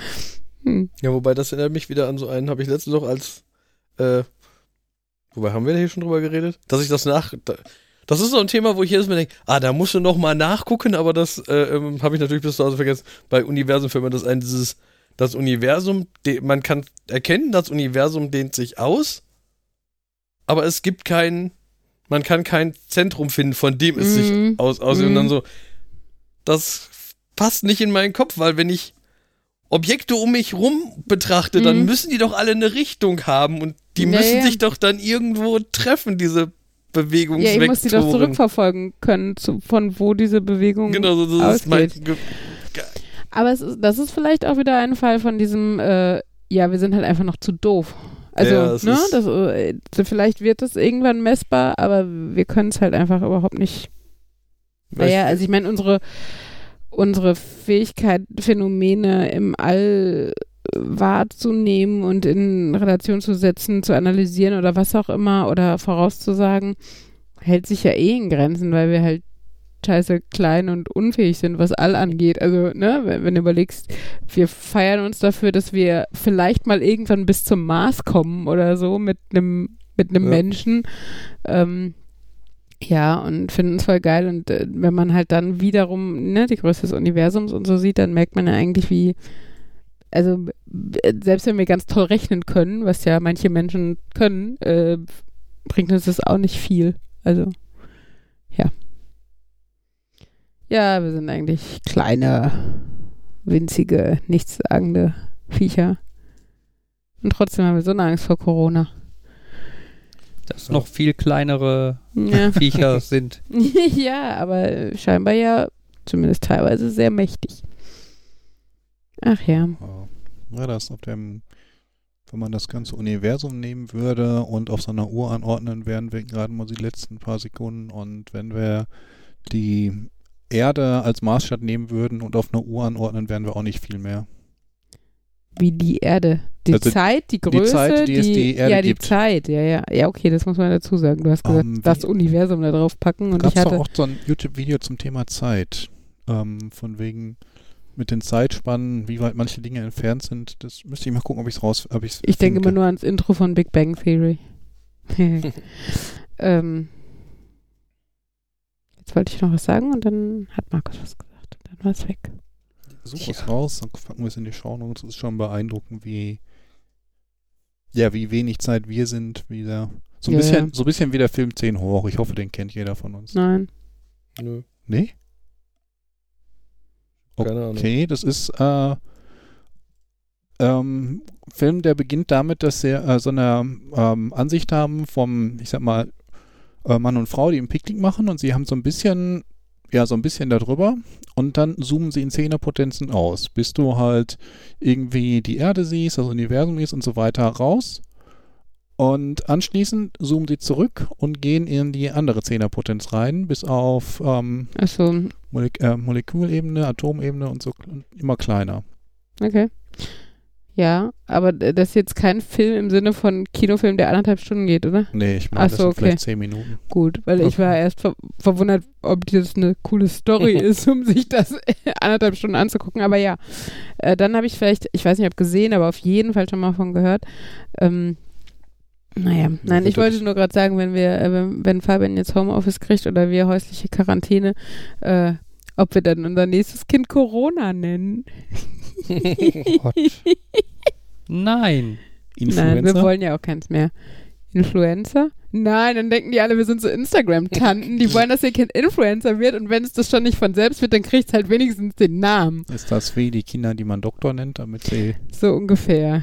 Ja, wobei das erinnert mich wieder an so einen, habe ich letztens noch als, wobei haben wir da hier schon drüber geredet? Dass ich das das ist so ein Thema, wo ich jedes Mal denke, da musst du noch mal nachgucken, aber das habe ich natürlich bis zu Hause vergessen. Bei Universumfilmen, das Universum, man kann erkennen, das Universum dehnt sich aus, aber es gibt man kann kein Zentrum finden, von dem es sich aussieht. Und dann so, das passt nicht in meinen Kopf, weil wenn ich Objekte um mich rum betrachte, dann müssen die doch alle eine Richtung haben und die müssen sich doch dann irgendwo treffen, diese Bewegungsvektoren. Ja, ich muss die doch zurückverfolgen können, von wo diese Bewegung ausgeht. Aber das ist vielleicht auch wieder ein Fall von diesem, wir sind halt einfach noch zu doof. Also, vielleicht wird es irgendwann messbar, aber wir können es halt einfach überhaupt nicht. Also ich meine, unsere Fähigkeit, Phänomene im All wahrzunehmen und in Relation zu setzen, zu analysieren oder was auch immer oder vorauszusagen, hält sich ja in Grenzen, weil wir halt scheiße klein und unfähig sind, was all angeht. Also, ne, wenn du überlegst, wir feiern uns dafür, dass wir vielleicht mal irgendwann bis zum Mars kommen oder so mit einem Menschen. Ja, und finden es voll geil. Und wenn man halt dann wiederum, ne, die Größe des Universums und so sieht, dann merkt man ja eigentlich, wie, also selbst wenn wir ganz toll rechnen können, was ja manche Menschen können, bringt uns das auch nicht viel. Also, ja. Ja, wir sind eigentlich kleine, winzige, nichtssagende Viecher. Und trotzdem haben wir so eine Angst vor Corona. Dass noch viel kleinere Viecher sind. Ja, aber scheinbar ja zumindest teilweise sehr mächtig. Ach ja. Ja, das wenn man das ganze Universum nehmen würde und auf so einer Uhr anordnen, wären wir gerade mal die letzten paar Sekunden. Und wenn wir die Erde als Maßstab nehmen würden und auf einer Uhr anordnen, wären wir auch nicht viel mehr. Wie die Erde? Die also Zeit, die Größe? Die Zeit, die es die Erde gibt. Ja, die Zeit, ja. Ja, okay, das muss man dazu sagen. Du hast gesagt, das Universum da drauf packen. Und ich hatte doch auch so ein YouTube-Video zum Thema Zeit. Von wegen mit den Zeitspannen, wie weit manche Dinge entfernt sind. Das müsste ich mal gucken, ob ich es Ich denke immer nur ans Intro von Big Bang Theory. Jetzt wollte ich noch was sagen und dann hat Markus was gesagt und dann war es weg. Such es raus, dann packen wir es in die Shownotes. Es ist schon beeindruckend, wie wenig Zeit wir sind. So ein bisschen wie der Film 10 hoch. Ich hoffe, den kennt jeder von uns. Nein. Nö. Nee? Keine Ahnung. Okay, das ist Film, der beginnt damit, dass sie so eine Ansicht haben vom, ich sag mal, Mann und Frau, die ein Picknick machen und sie haben so ein bisschen darüber und dann zoomen sie in Zehnerpotenzen aus, bis du halt irgendwie die Erde siehst, das Universum siehst und so weiter raus. Und anschließend zoomen sie zurück und gehen in die andere Zehnerpotenz rein, bis auf Molekülebene, Atomebene und so immer kleiner. Okay. Ja, aber das ist jetzt kein Film im Sinne von Kinofilm, der 1,5 Stunden geht, oder? Nee, ich meine, das sind vielleicht 10 Minuten. Gut, weil ich war erst verwundert, ob das eine coole Story ist, um sich das 1,5 Stunden anzugucken. Aber ja, dann habe ich vielleicht, ich weiß nicht, ob gesehen, aber auf jeden Fall schon mal von gehört. Nein, ich wollte nur gerade sagen, wenn Fabian jetzt Homeoffice kriegt oder wir häusliche Quarantäne, ob wir dann unser nächstes Kind Corona nennen. Gott. Nein. Influencer? Nein, wir wollen ja auch keins mehr. Influencer? Nein, dann denken die alle, wir sind so Instagram-Tanten. Die wollen, dass ihr Kind Influencer wird und wenn es das schon nicht von selbst wird, dann kriegt es halt wenigstens den Namen. Ist das wie die Kinder, die man Doktor nennt, damit sie... So ungefähr.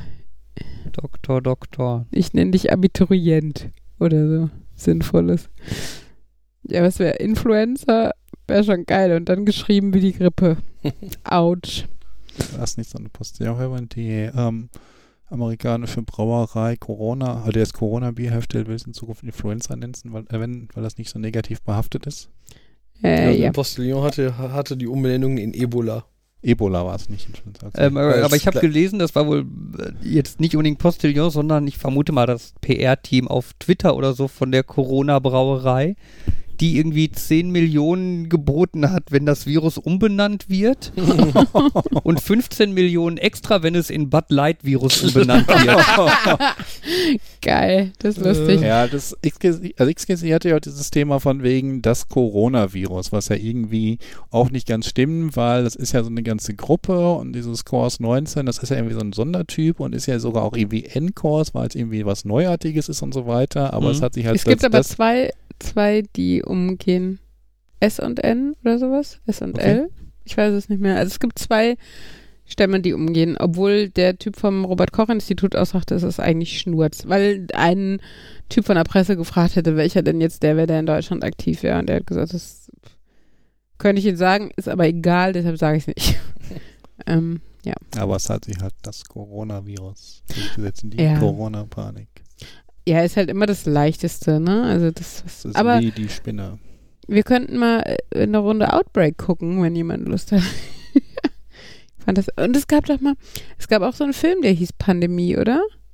Doktor. Ich nenne dich Abiturient oder so. Sinnvolles. Ja, was wäre Influencer? Wäre schon geil. Und dann geschrieben wie die Grippe. Autsch. Das ist nicht so eine Postillon, wenn die amerikanische Brauerei Corona, also das Corona-Bier herstellt, will es in Zukunft Influencer nennen, weil das nicht so negativ behaftet ist. Ja. Postillon hatte die Umbenennung in Ebola. Ebola war es nicht. Aber ich habe gelesen, das war wohl jetzt nicht unbedingt Postillon, sondern ich vermute mal das PR-Team auf Twitter oder so von der Corona-Brauerei, die irgendwie 10 Millionen geboten hat, wenn das Virus umbenannt wird und 15 Millionen extra, wenn es in Bud Light Virus umbenannt wird. Geil, das ist lustig. Ja, XKC hatte ja auch dieses Thema von wegen das Coronavirus, was ja irgendwie auch nicht ganz stimmt, weil das ist ja so eine ganze Gruppe und dieses Course 19, das ist ja irgendwie so ein Sondertyp und ist ja sogar auch irgendwie N-Course, weil es irgendwie was Neuartiges ist und so weiter, aber es hat sich halt... Es gibt aber zwei, die umgehen. S und N oder sowas? S und L? Ich weiß es nicht mehr. Also es gibt 2 Stämme, die umgehen, obwohl der Typ vom Robert-Koch-Institut aussagte, es ist eigentlich Schnurz, weil ein Typ von der Presse gefragt hätte, welcher denn jetzt der wäre, der in Deutschland aktiv wäre. Und der hat gesagt, das könnte ich Ihnen sagen, ist aber egal, deshalb sage ich es nicht. Ja. Aber es hat sich halt das Coronavirus durchgesetzt, die Corona-Panik. Ja, ist halt immer das Leichteste, ne? Also das ist aber wie die Spinne. Wir könnten mal eine Runde Outbreak gucken, wenn jemand Lust hat. Und es gab auch so einen Film, der hieß Pandemie, oder?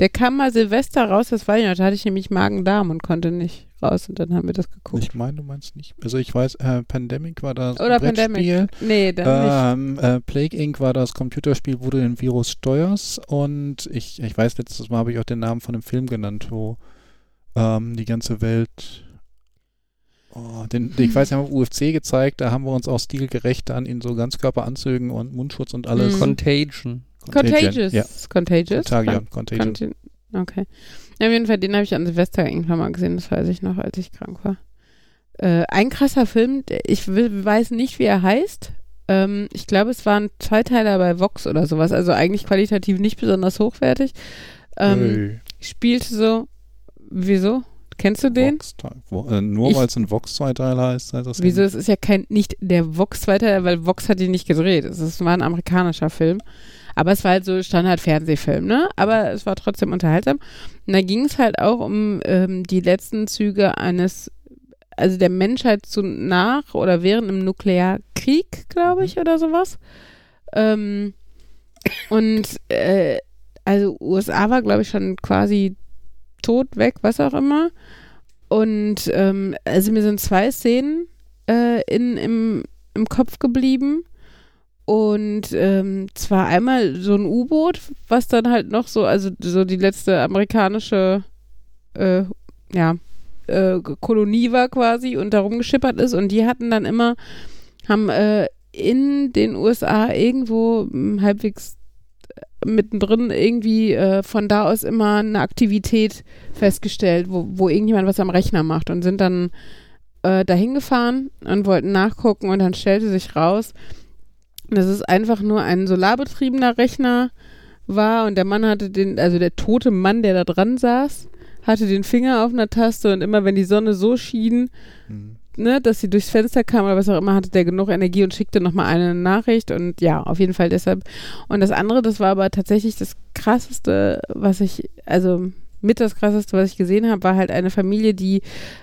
Der kam mal Silvester raus, das war ja, da hatte ich nämlich Magen-Darm und konnte nicht raus und dann haben wir das geguckt. Ich meine, du meinst nicht. Also ich weiß, Pandemic war das Oder Brettspiel. Pandemic. Nee, dann nicht. Plague Inc. war das Computerspiel, wo du den Virus steuerst und ich weiß, letztes Mal habe ich auch den Namen von einem Film genannt, wo die ganze Welt ich weiß, wir haben UFC gezeigt, da haben wir uns auch stilgerecht dann in so Ganzkörperanzügen und Mundschutz und alles. Contagion. Contagious. Ja. Contagious. Contagion. Okay. Ja, auf jeden Fall, den habe ich an Silvester irgendwann mal gesehen, das weiß ich noch, als ich krank war. Ein krasser Film, ich weiß nicht, wie er heißt. Ich glaube, es waren Zweiteiler bei Vox oder sowas, also eigentlich qualitativ nicht besonders hochwertig. Spielte so, wieso? Kennst du den? Nur weil es ein Vox-Zweiteiler heißt das. Wieso? Es ist ja nicht der Vox-Zweiteiler, weil Vox hat ihn nicht gedreht. Es war ein amerikanischer Film. Aber es war halt so Standard-Fernsehfilm, ne? Aber es war trotzdem unterhaltsam. Und da ging es halt auch um die letzten Züge also der Menschheit nach oder während einem Nuklearkrieg, glaube ich, oder sowas. Also USA war, glaube ich, schon quasi tot, weg, was auch immer. Und also mir sind 2 Szenen im Kopf geblieben. Und zwar einmal so ein U-Boot, was dann halt noch so, also so die letzte amerikanische Kolonie war quasi und da rumgeschippert ist. Und die hatten dann haben in den USA irgendwo halbwegs mittendrin irgendwie von da aus immer eine Aktivität festgestellt, wo irgendjemand was am Rechner macht und sind dann dahin gefahren und wollten nachgucken und dann stellte sich raus, dass es einfach nur ein solarbetriebener Rechner war und der Mann hatte der tote Mann, der da dran saß, hatte den Finger auf einer Taste und immer wenn die Sonne so schien, dass sie durchs Fenster kam oder was auch immer, hatte der genug Energie und schickte nochmal eine Nachricht und ja, auf jeden Fall deshalb. Und das andere, das war aber tatsächlich das Krasseste, was ich gesehen habe, war halt eine Familie, die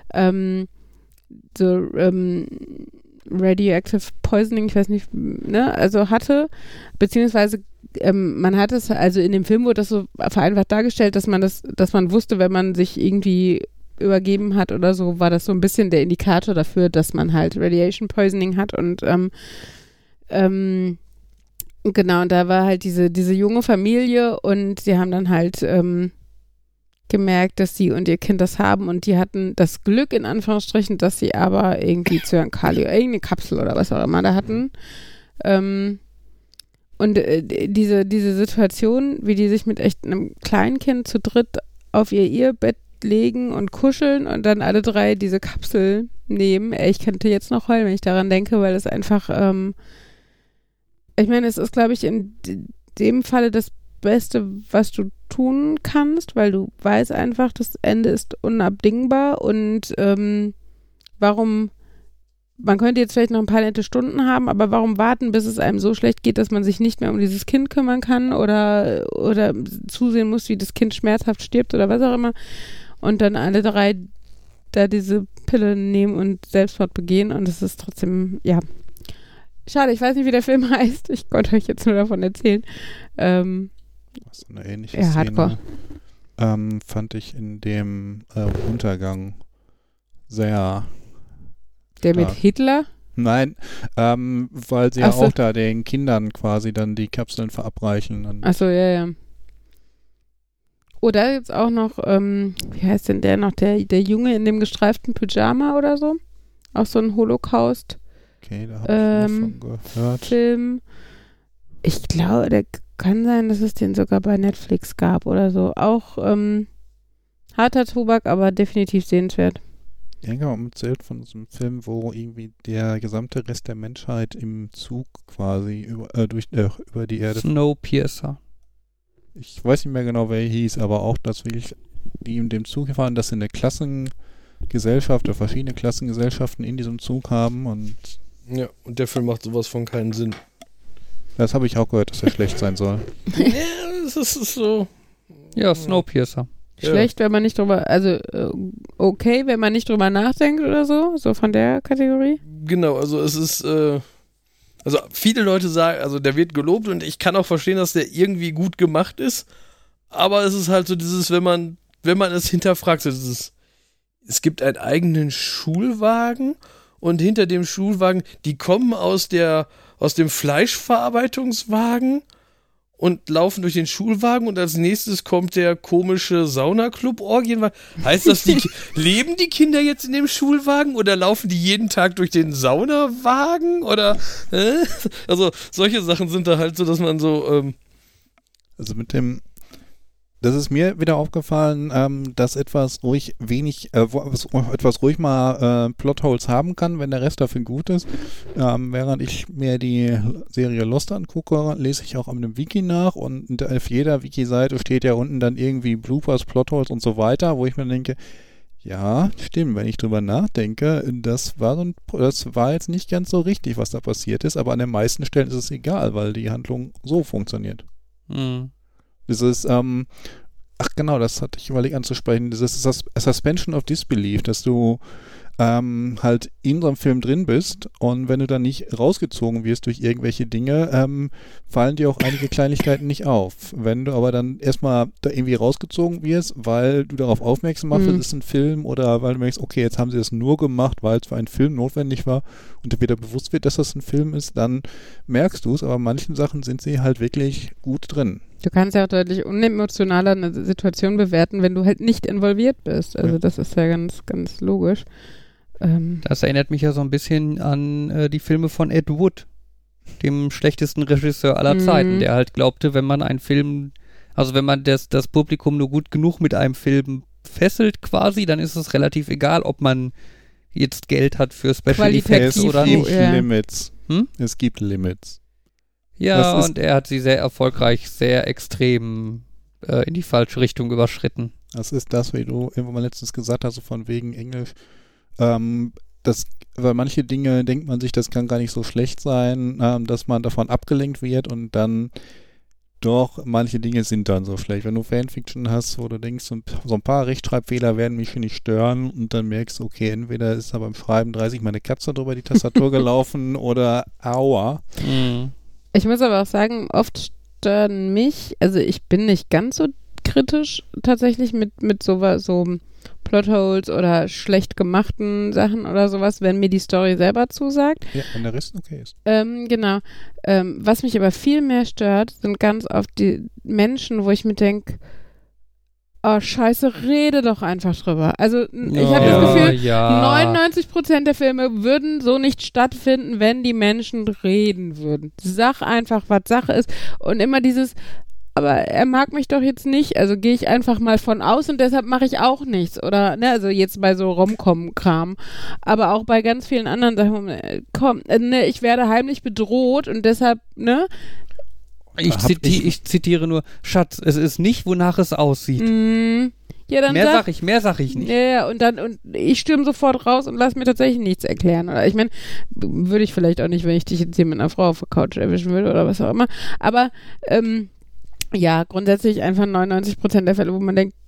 Radioactive Poisoning, ich weiß nicht, also hatte, beziehungsweise man hat es, also in dem Film wurde das so vereinfacht dargestellt, dass man wusste, wenn man sich irgendwie übergeben hat oder so, war das so ein bisschen der Indikator dafür, dass man halt Radiation Poisoning hat und genau, und da war halt diese junge Familie und sie haben dann halt gemerkt, dass sie und ihr Kind das haben und die hatten das Glück, in Anführungsstrichen, dass sie aber irgendwie Zyankali, irgendeine Kapsel oder was auch immer da hatten. Und diese Situation, wie die sich mit echt einem Kleinkind zu dritt auf ihr Bett legen und kuscheln und dann alle 3 diese Kapsel nehmen. Ich könnte jetzt noch heulen, wenn ich daran denke, weil es einfach, ich meine, es ist, glaube ich, in dem Falle das Beste, was du tun kannst, weil du weißt einfach, das Ende ist unabdingbar und warum, man könnte jetzt vielleicht noch ein paar nette Stunden haben, aber warum warten, bis es einem so schlecht geht, dass man sich nicht mehr um dieses Kind kümmern kann oder zusehen muss, wie das Kind schmerzhaft stirbt oder was auch immer und dann alle 3 da diese Pille nehmen und Selbstmord begehen und es ist trotzdem, ja, schade, ich weiß nicht, wie der Film heißt, ich konnte euch jetzt nur davon erzählen. Das ist eine ähnliche Szene. Hardcore. Fand ich in dem Untergang sehr Der mit Hitler? Nein, weil sie ja auch da den Kindern quasi dann die Kapseln verabreichen. Achso, ja. Oh, da gibt's auch noch, wie heißt denn der noch, der Junge in dem gestreiften Pyjama oder so? Auch so ein Holocaust. Okay, da habe ich davon gehört. Film. Ich glaube, der kann sein, dass es den sogar bei Netflix gab oder so. Auch harter Tobak, aber definitiv sehenswert. Irgendwann erzählt von so einem Film, wo irgendwie der gesamte Rest der Menschheit im Zug quasi über die Erde. Snowpiercer. Ich weiß nicht mehr genau, wer hieß, aber auch, dass wirklich die in dem Zug fahren, dass sie eine Klassengesellschaft oder verschiedene Klassengesellschaften in diesem Zug haben und ja, und der Film macht sowas von keinen Sinn. Das habe ich auch gehört, dass er schlecht sein soll. Ja, das ist so. Ja, Snowpiercer. Schlecht, wenn man nicht drüber, also okay, wenn man nicht drüber nachdenkt oder so von der Kategorie? Genau, also es ist, also viele Leute sagen, also der wird gelobt und ich kann auch verstehen, dass der irgendwie gut gemacht ist, aber es ist halt so dieses, wenn man es hinterfragt, so dieses, es gibt einen eigenen Schulwagen und hinter dem Schulwagen, die kommen aus dem Fleischverarbeitungswagen und laufen durch den Schulwagen und als nächstes kommt der komische Saunaclub-Orgienwagen. Heißt das, leben die Kinder jetzt in dem Schulwagen oder laufen die jeden Tag durch den Saunawagen oder also solche Sachen sind da halt so, dass man so also das ist mir wieder aufgefallen, dass etwas ruhig mal Plotholes haben kann, wenn der Rest dafür gut ist. Während ich mir die Serie Lost angucke, lese ich auch an dem Wiki nach und auf jeder Wiki-Seite steht ja unten dann irgendwie Bloopers, Plotholes und so weiter, wo ich mir denke, ja, stimmt, wenn ich drüber nachdenke, das war jetzt nicht ganz so richtig, was da passiert ist, aber an den meisten Stellen ist es egal, weil die Handlung so funktioniert. Mhm. Dieses, das hatte ich überlegt anzusprechen, dieses Suspension of Disbelief, dass du halt in so einem Film drin bist und wenn du dann nicht rausgezogen wirst durch irgendwelche Dinge, fallen dir auch einige Kleinigkeiten nicht auf. Wenn du aber dann erstmal da irgendwie rausgezogen wirst, weil du darauf aufmerksam machst, das ist ein Film oder weil du merkst, okay, jetzt haben sie das nur gemacht, weil es für einen Film notwendig war und dir wieder bewusst wird, dass das ein Film ist, dann merkst du es, aber in manchen Sachen sind sie halt wirklich gut drin. Du kannst ja auch deutlich unemotionaler eine Situation bewerten, wenn du halt nicht involviert bist. Also das ist ja ganz, ganz logisch. Das erinnert mich ja so ein bisschen an die Filme von Ed Wood, dem schlechtesten Regisseur aller Zeiten, der halt glaubte, wenn man einen Film, also wenn man das Publikum nur gut genug mit einem Film fesselt quasi, dann ist es relativ egal, ob man jetzt Geld hat für Special Effects oder nicht. Es gibt Limits. Ja, und er hat sie sehr erfolgreich, sehr extrem in die falsche Richtung überschritten. Das ist das, wie du irgendwann mal letztens gesagt hast, so von wegen Englisch. Weil manche Dinge denkt man sich, das kann gar nicht so schlecht sein, dass man davon abgelenkt wird und dann doch, manche Dinge sind dann so schlecht. Wenn du Fanfiction hast, wo du denkst, so ein paar Rechtschreibfehler werden mich nicht stören und dann merkst du, okay, entweder ist da beim Schreiben 30 meine Katze drüber die Tastatur gelaufen oder aua. Ich muss aber auch sagen, oft stören mich, also ich bin nicht ganz so kritisch tatsächlich mit sowas, so Plotholes oder schlecht gemachten Sachen oder sowas, wenn mir die Story selber zusagt. Ja, wenn der Rest okay ist. Genau. Was mich aber viel mehr stört, sind ganz oft die Menschen, wo ich mir denke, oh scheiße, rede doch einfach drüber. Also ich habe das Gefühl, 99% der Filme würden so nicht stattfinden, wenn die Menschen reden würden. Sag einfach, was Sache ist. Und immer dieses, aber er mag mich doch jetzt nicht, also gehe ich einfach mal von aus und deshalb mache ich auch nichts. Oder, ne, also jetzt bei so Rom-Com-Kram, aber auch bei ganz vielen anderen Sachen, ich werde heimlich bedroht und deshalb, ne? Ich zitiere nur, Schatz, es ist nicht, wonach es aussieht. Ja, dann mehr sag ich nicht. Ja, und ich stürme sofort raus und lass mir tatsächlich nichts erklären. Oder ich meine, würde ich vielleicht auch nicht, wenn ich dich jetzt hier mit einer Frau auf der Couch erwischen würde oder was auch immer. Aber, ja, grundsätzlich einfach 99% der Fälle, wo man denkt,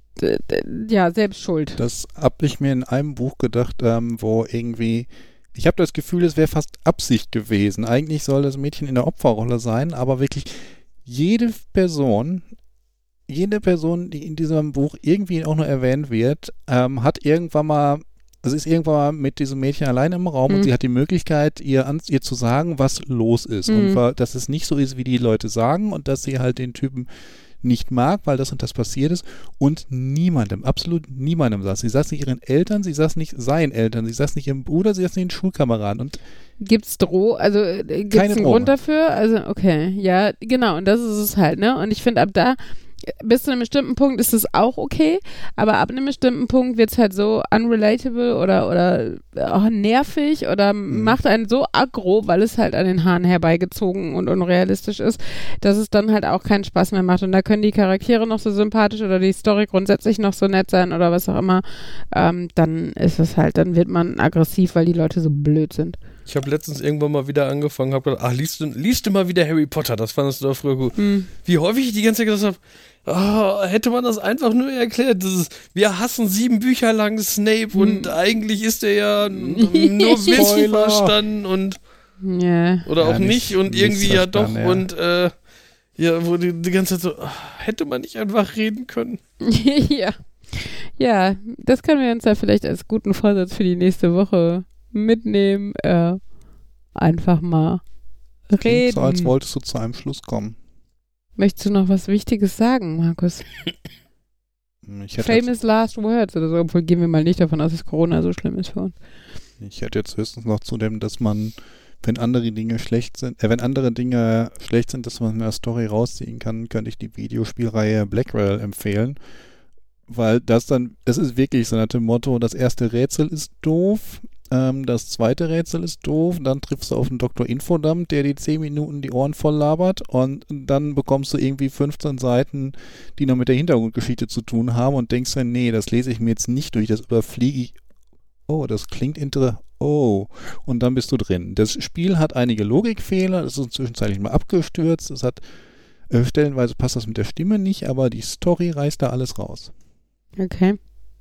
ja, selbst schuld. Das habe ich mir in einem Buch gedacht, wo irgendwie, ich habe das Gefühl, es wäre fast Absicht gewesen. Eigentlich soll das Mädchen in der Opferrolle sein, aber wirklich jede Person, die in diesem Buch irgendwie auch nur erwähnt wird, hat irgendwann mal, also ist irgendwann mal mit diesem Mädchen allein im Raum und sie hat die Möglichkeit, ihr zu sagen, was los ist. Und dass es nicht so ist, wie die Leute sagen und dass sie halt den Typen nicht mag, weil das und das passiert ist und absolut niemandem saß. Sie saß nicht ihren Eltern, sie saß nicht seinen Eltern, sie saß nicht ihrem Bruder, sie saß nicht den Schulkameraden. Und gibt's gibt's einen Grund dafür? Also, okay, ja, genau, und das ist es halt, ne? Und ich finde, ab da bis zu einem bestimmten Punkt ist es auch okay, aber ab einem bestimmten Punkt wird es halt so unrelatable oder auch nervig oder macht einen so aggro, weil es halt an den Haaren herbeigezogen und unrealistisch ist, dass es dann halt auch keinen Spaß mehr macht. Und da können die Charaktere noch so sympathisch oder die Story grundsätzlich noch so nett sein oder was auch immer, dann ist es halt, dann wird man aggressiv, weil die Leute so blöd sind. Ich habe letztens irgendwann mal wieder angefangen, habe gedacht, liest du mal wieder Harry Potter, das fandest du doch früher gut. Wie häufig ich die ganze Zeit gesagt habe, hätte man das einfach nur erklärt. Wir hassen 7 Bücher lang Snape und eigentlich ist er ja nur missverstanden und oder auch nicht und irgendwie ja doch und Ja, wo die ganze Zeit so, hätte man nicht einfach reden können. Ja. Ja, das können wir uns ja vielleicht als guten Vorsatz für die nächste Woche mitnehmen. Einfach mal reden. Klingt so, als wolltest du zu einem Schluss kommen. Möchtest du noch was Wichtiges sagen, Markus? Famous last words oder so, obwohl gehen wir mal nicht davon aus, dass Corona so schlimm ist für uns. Ich hätte jetzt höchstens noch zudem, dass man, wenn andere Dinge schlecht sind, dass man mehr Story rausziehen kann, könnte ich die Videospielreihe Blackwell empfehlen. Weil das ist wirklich so nach dem Motto, das erste Rätsel ist doof, das zweite Rätsel ist doof, dann triffst du auf einen Dr. Infodump, der die 10 Minuten die Ohren voll labert und dann bekommst du irgendwie 15 Seiten, die noch mit der Hintergrundgeschichte zu tun haben und denkst dann, nee, das lese ich mir jetzt nicht durch, das überfliege ich. Oh, das klingt interessant. Oh, und dann bist du drin. Das Spiel hat einige Logikfehler, es ist zwischenzeitlich mal abgestürzt, es hat stellenweise passt das mit der Stimme nicht, aber die Story reißt da alles raus. Okay.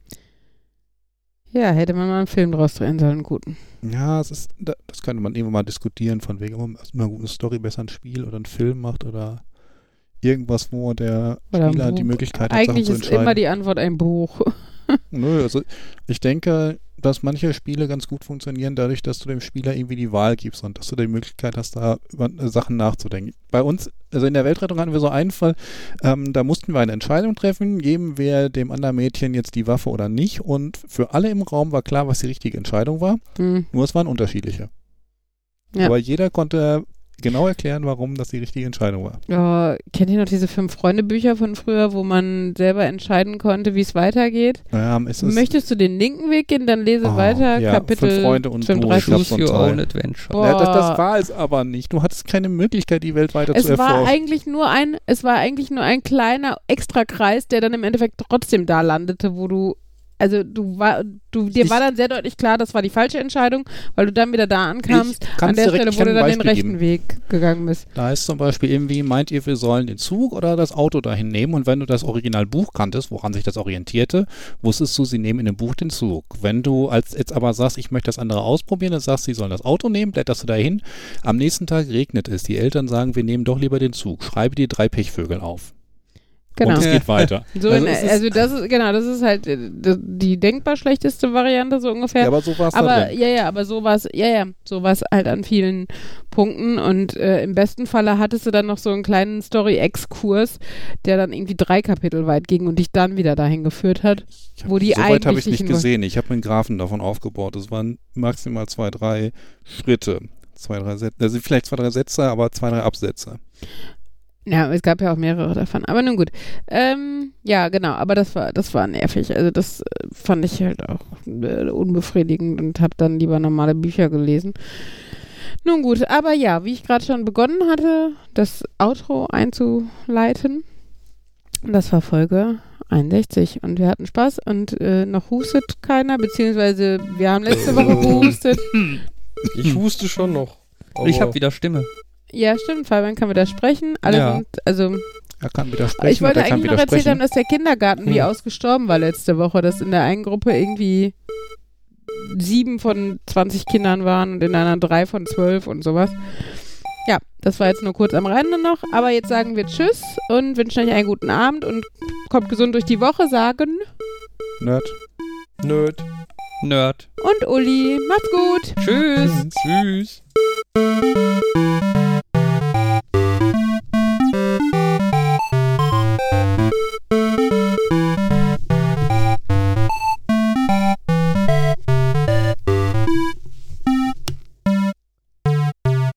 Ja, hätte man mal einen Film draus drehen sollen, einen guten. Ja, das könnte man irgendwann mal diskutieren, von wegen, ob man eine gute Story besser ein Spiel oder einen Film macht oder irgendwas, wo der Spieler die Möglichkeit hat, Sachen zu entscheiden. Eigentlich ist immer die Antwort ein Buch. Nö, also ich denke, dass manche Spiele ganz gut funktionieren, dadurch, dass du dem Spieler irgendwie die Wahl gibst und dass du die Möglichkeit hast, da über Sachen nachzudenken. Bei uns, also in der Weltrettung hatten wir so einen Fall, da mussten wir eine Entscheidung treffen, geben wir dem anderen Mädchen jetzt die Waffe oder nicht, und für alle im Raum war klar, was die richtige Entscheidung war, nur es waren unterschiedliche. Ja. Aber jeder konnte genau erklären, warum das die richtige Entscheidung war. Oh, kennt ihr noch diese 5-Freunde-Bücher von früher, wo man selber entscheiden konnte, wie es weitergeht? Ja, Möchtest du den linken Weg gehen, dann lese weiter, ja, Kapitel 5 Freunde und 35. Choose your own adventure. Ja, das war es aber nicht. Du hattest keine Möglichkeit, die Welt weiter zu erforschen. Es war eigentlich nur ein kleiner Extrakreis, der dann im Endeffekt trotzdem da landete, wo du dir war dann sehr deutlich klar, das war die falsche Entscheidung, weil du dann wieder da ankamst, an der Stelle, wo du dann den rechten Weg gegangen bist. Da ist zum Beispiel irgendwie, meint ihr, wir sollen den Zug oder das Auto dahin nehmen, und wenn du das Originalbuch kanntest, woran sich das orientierte, wusstest du, sie nehmen in dem Buch den Zug. Wenn du jetzt aber sagst, ich möchte das andere ausprobieren, dann sagst du, sie sollen das Auto nehmen, blätterst du dahin, am nächsten Tag regnet es, die Eltern sagen, wir nehmen doch lieber den Zug, schreibe die 3 Pechvögel auf. Genau. Und es geht weiter. Das ist halt die denkbar schlechteste Variante, so ungefähr. Ja, aber so war es so war es halt an vielen Punkten, und im besten Falle hattest du dann noch so einen kleinen Story-Exkurs, der dann irgendwie 3 Kapitel weit ging und dich dann wieder dahin geführt hat, wo die so weit habe ich nicht gesehen. Ich habe einen Graphen davon aufgebaut. Es waren maximal 2, 3 Schritte. 2, 3 Sätze, also vielleicht 2, 3 Sätze, aber 2, 3 Absätze. Ja, es gab ja auch mehrere davon, aber nun gut. Ja, genau, aber das war nervig. Also das fand ich halt auch unbefriedigend und habe dann lieber normale Bücher gelesen. Nun gut, aber ja, wie ich gerade schon begonnen hatte, das Outro einzuleiten, das war Folge 61 und wir hatten Spaß und noch hustet keiner, beziehungsweise wir haben letzte Woche gehustet. Ich huste schon noch. Ich habe wieder Stimme. Ja, stimmt, Fabian kann wieder sprechen. Er kann wieder sprechen. Ich wollte eigentlich noch erzählt haben, dass der Kindergarten wie ausgestorben war letzte Woche, dass in der einen Gruppe irgendwie 7 von 20 Kindern waren und in der anderen 3 von 12 und sowas. Ja, das war jetzt nur kurz am Rande noch, aber jetzt sagen wir Tschüss und wünschen euch einen guten Abend und kommt gesund durch die Woche, sagen Nerd. Und Uli. Macht's gut. Tschüss. Tschüss.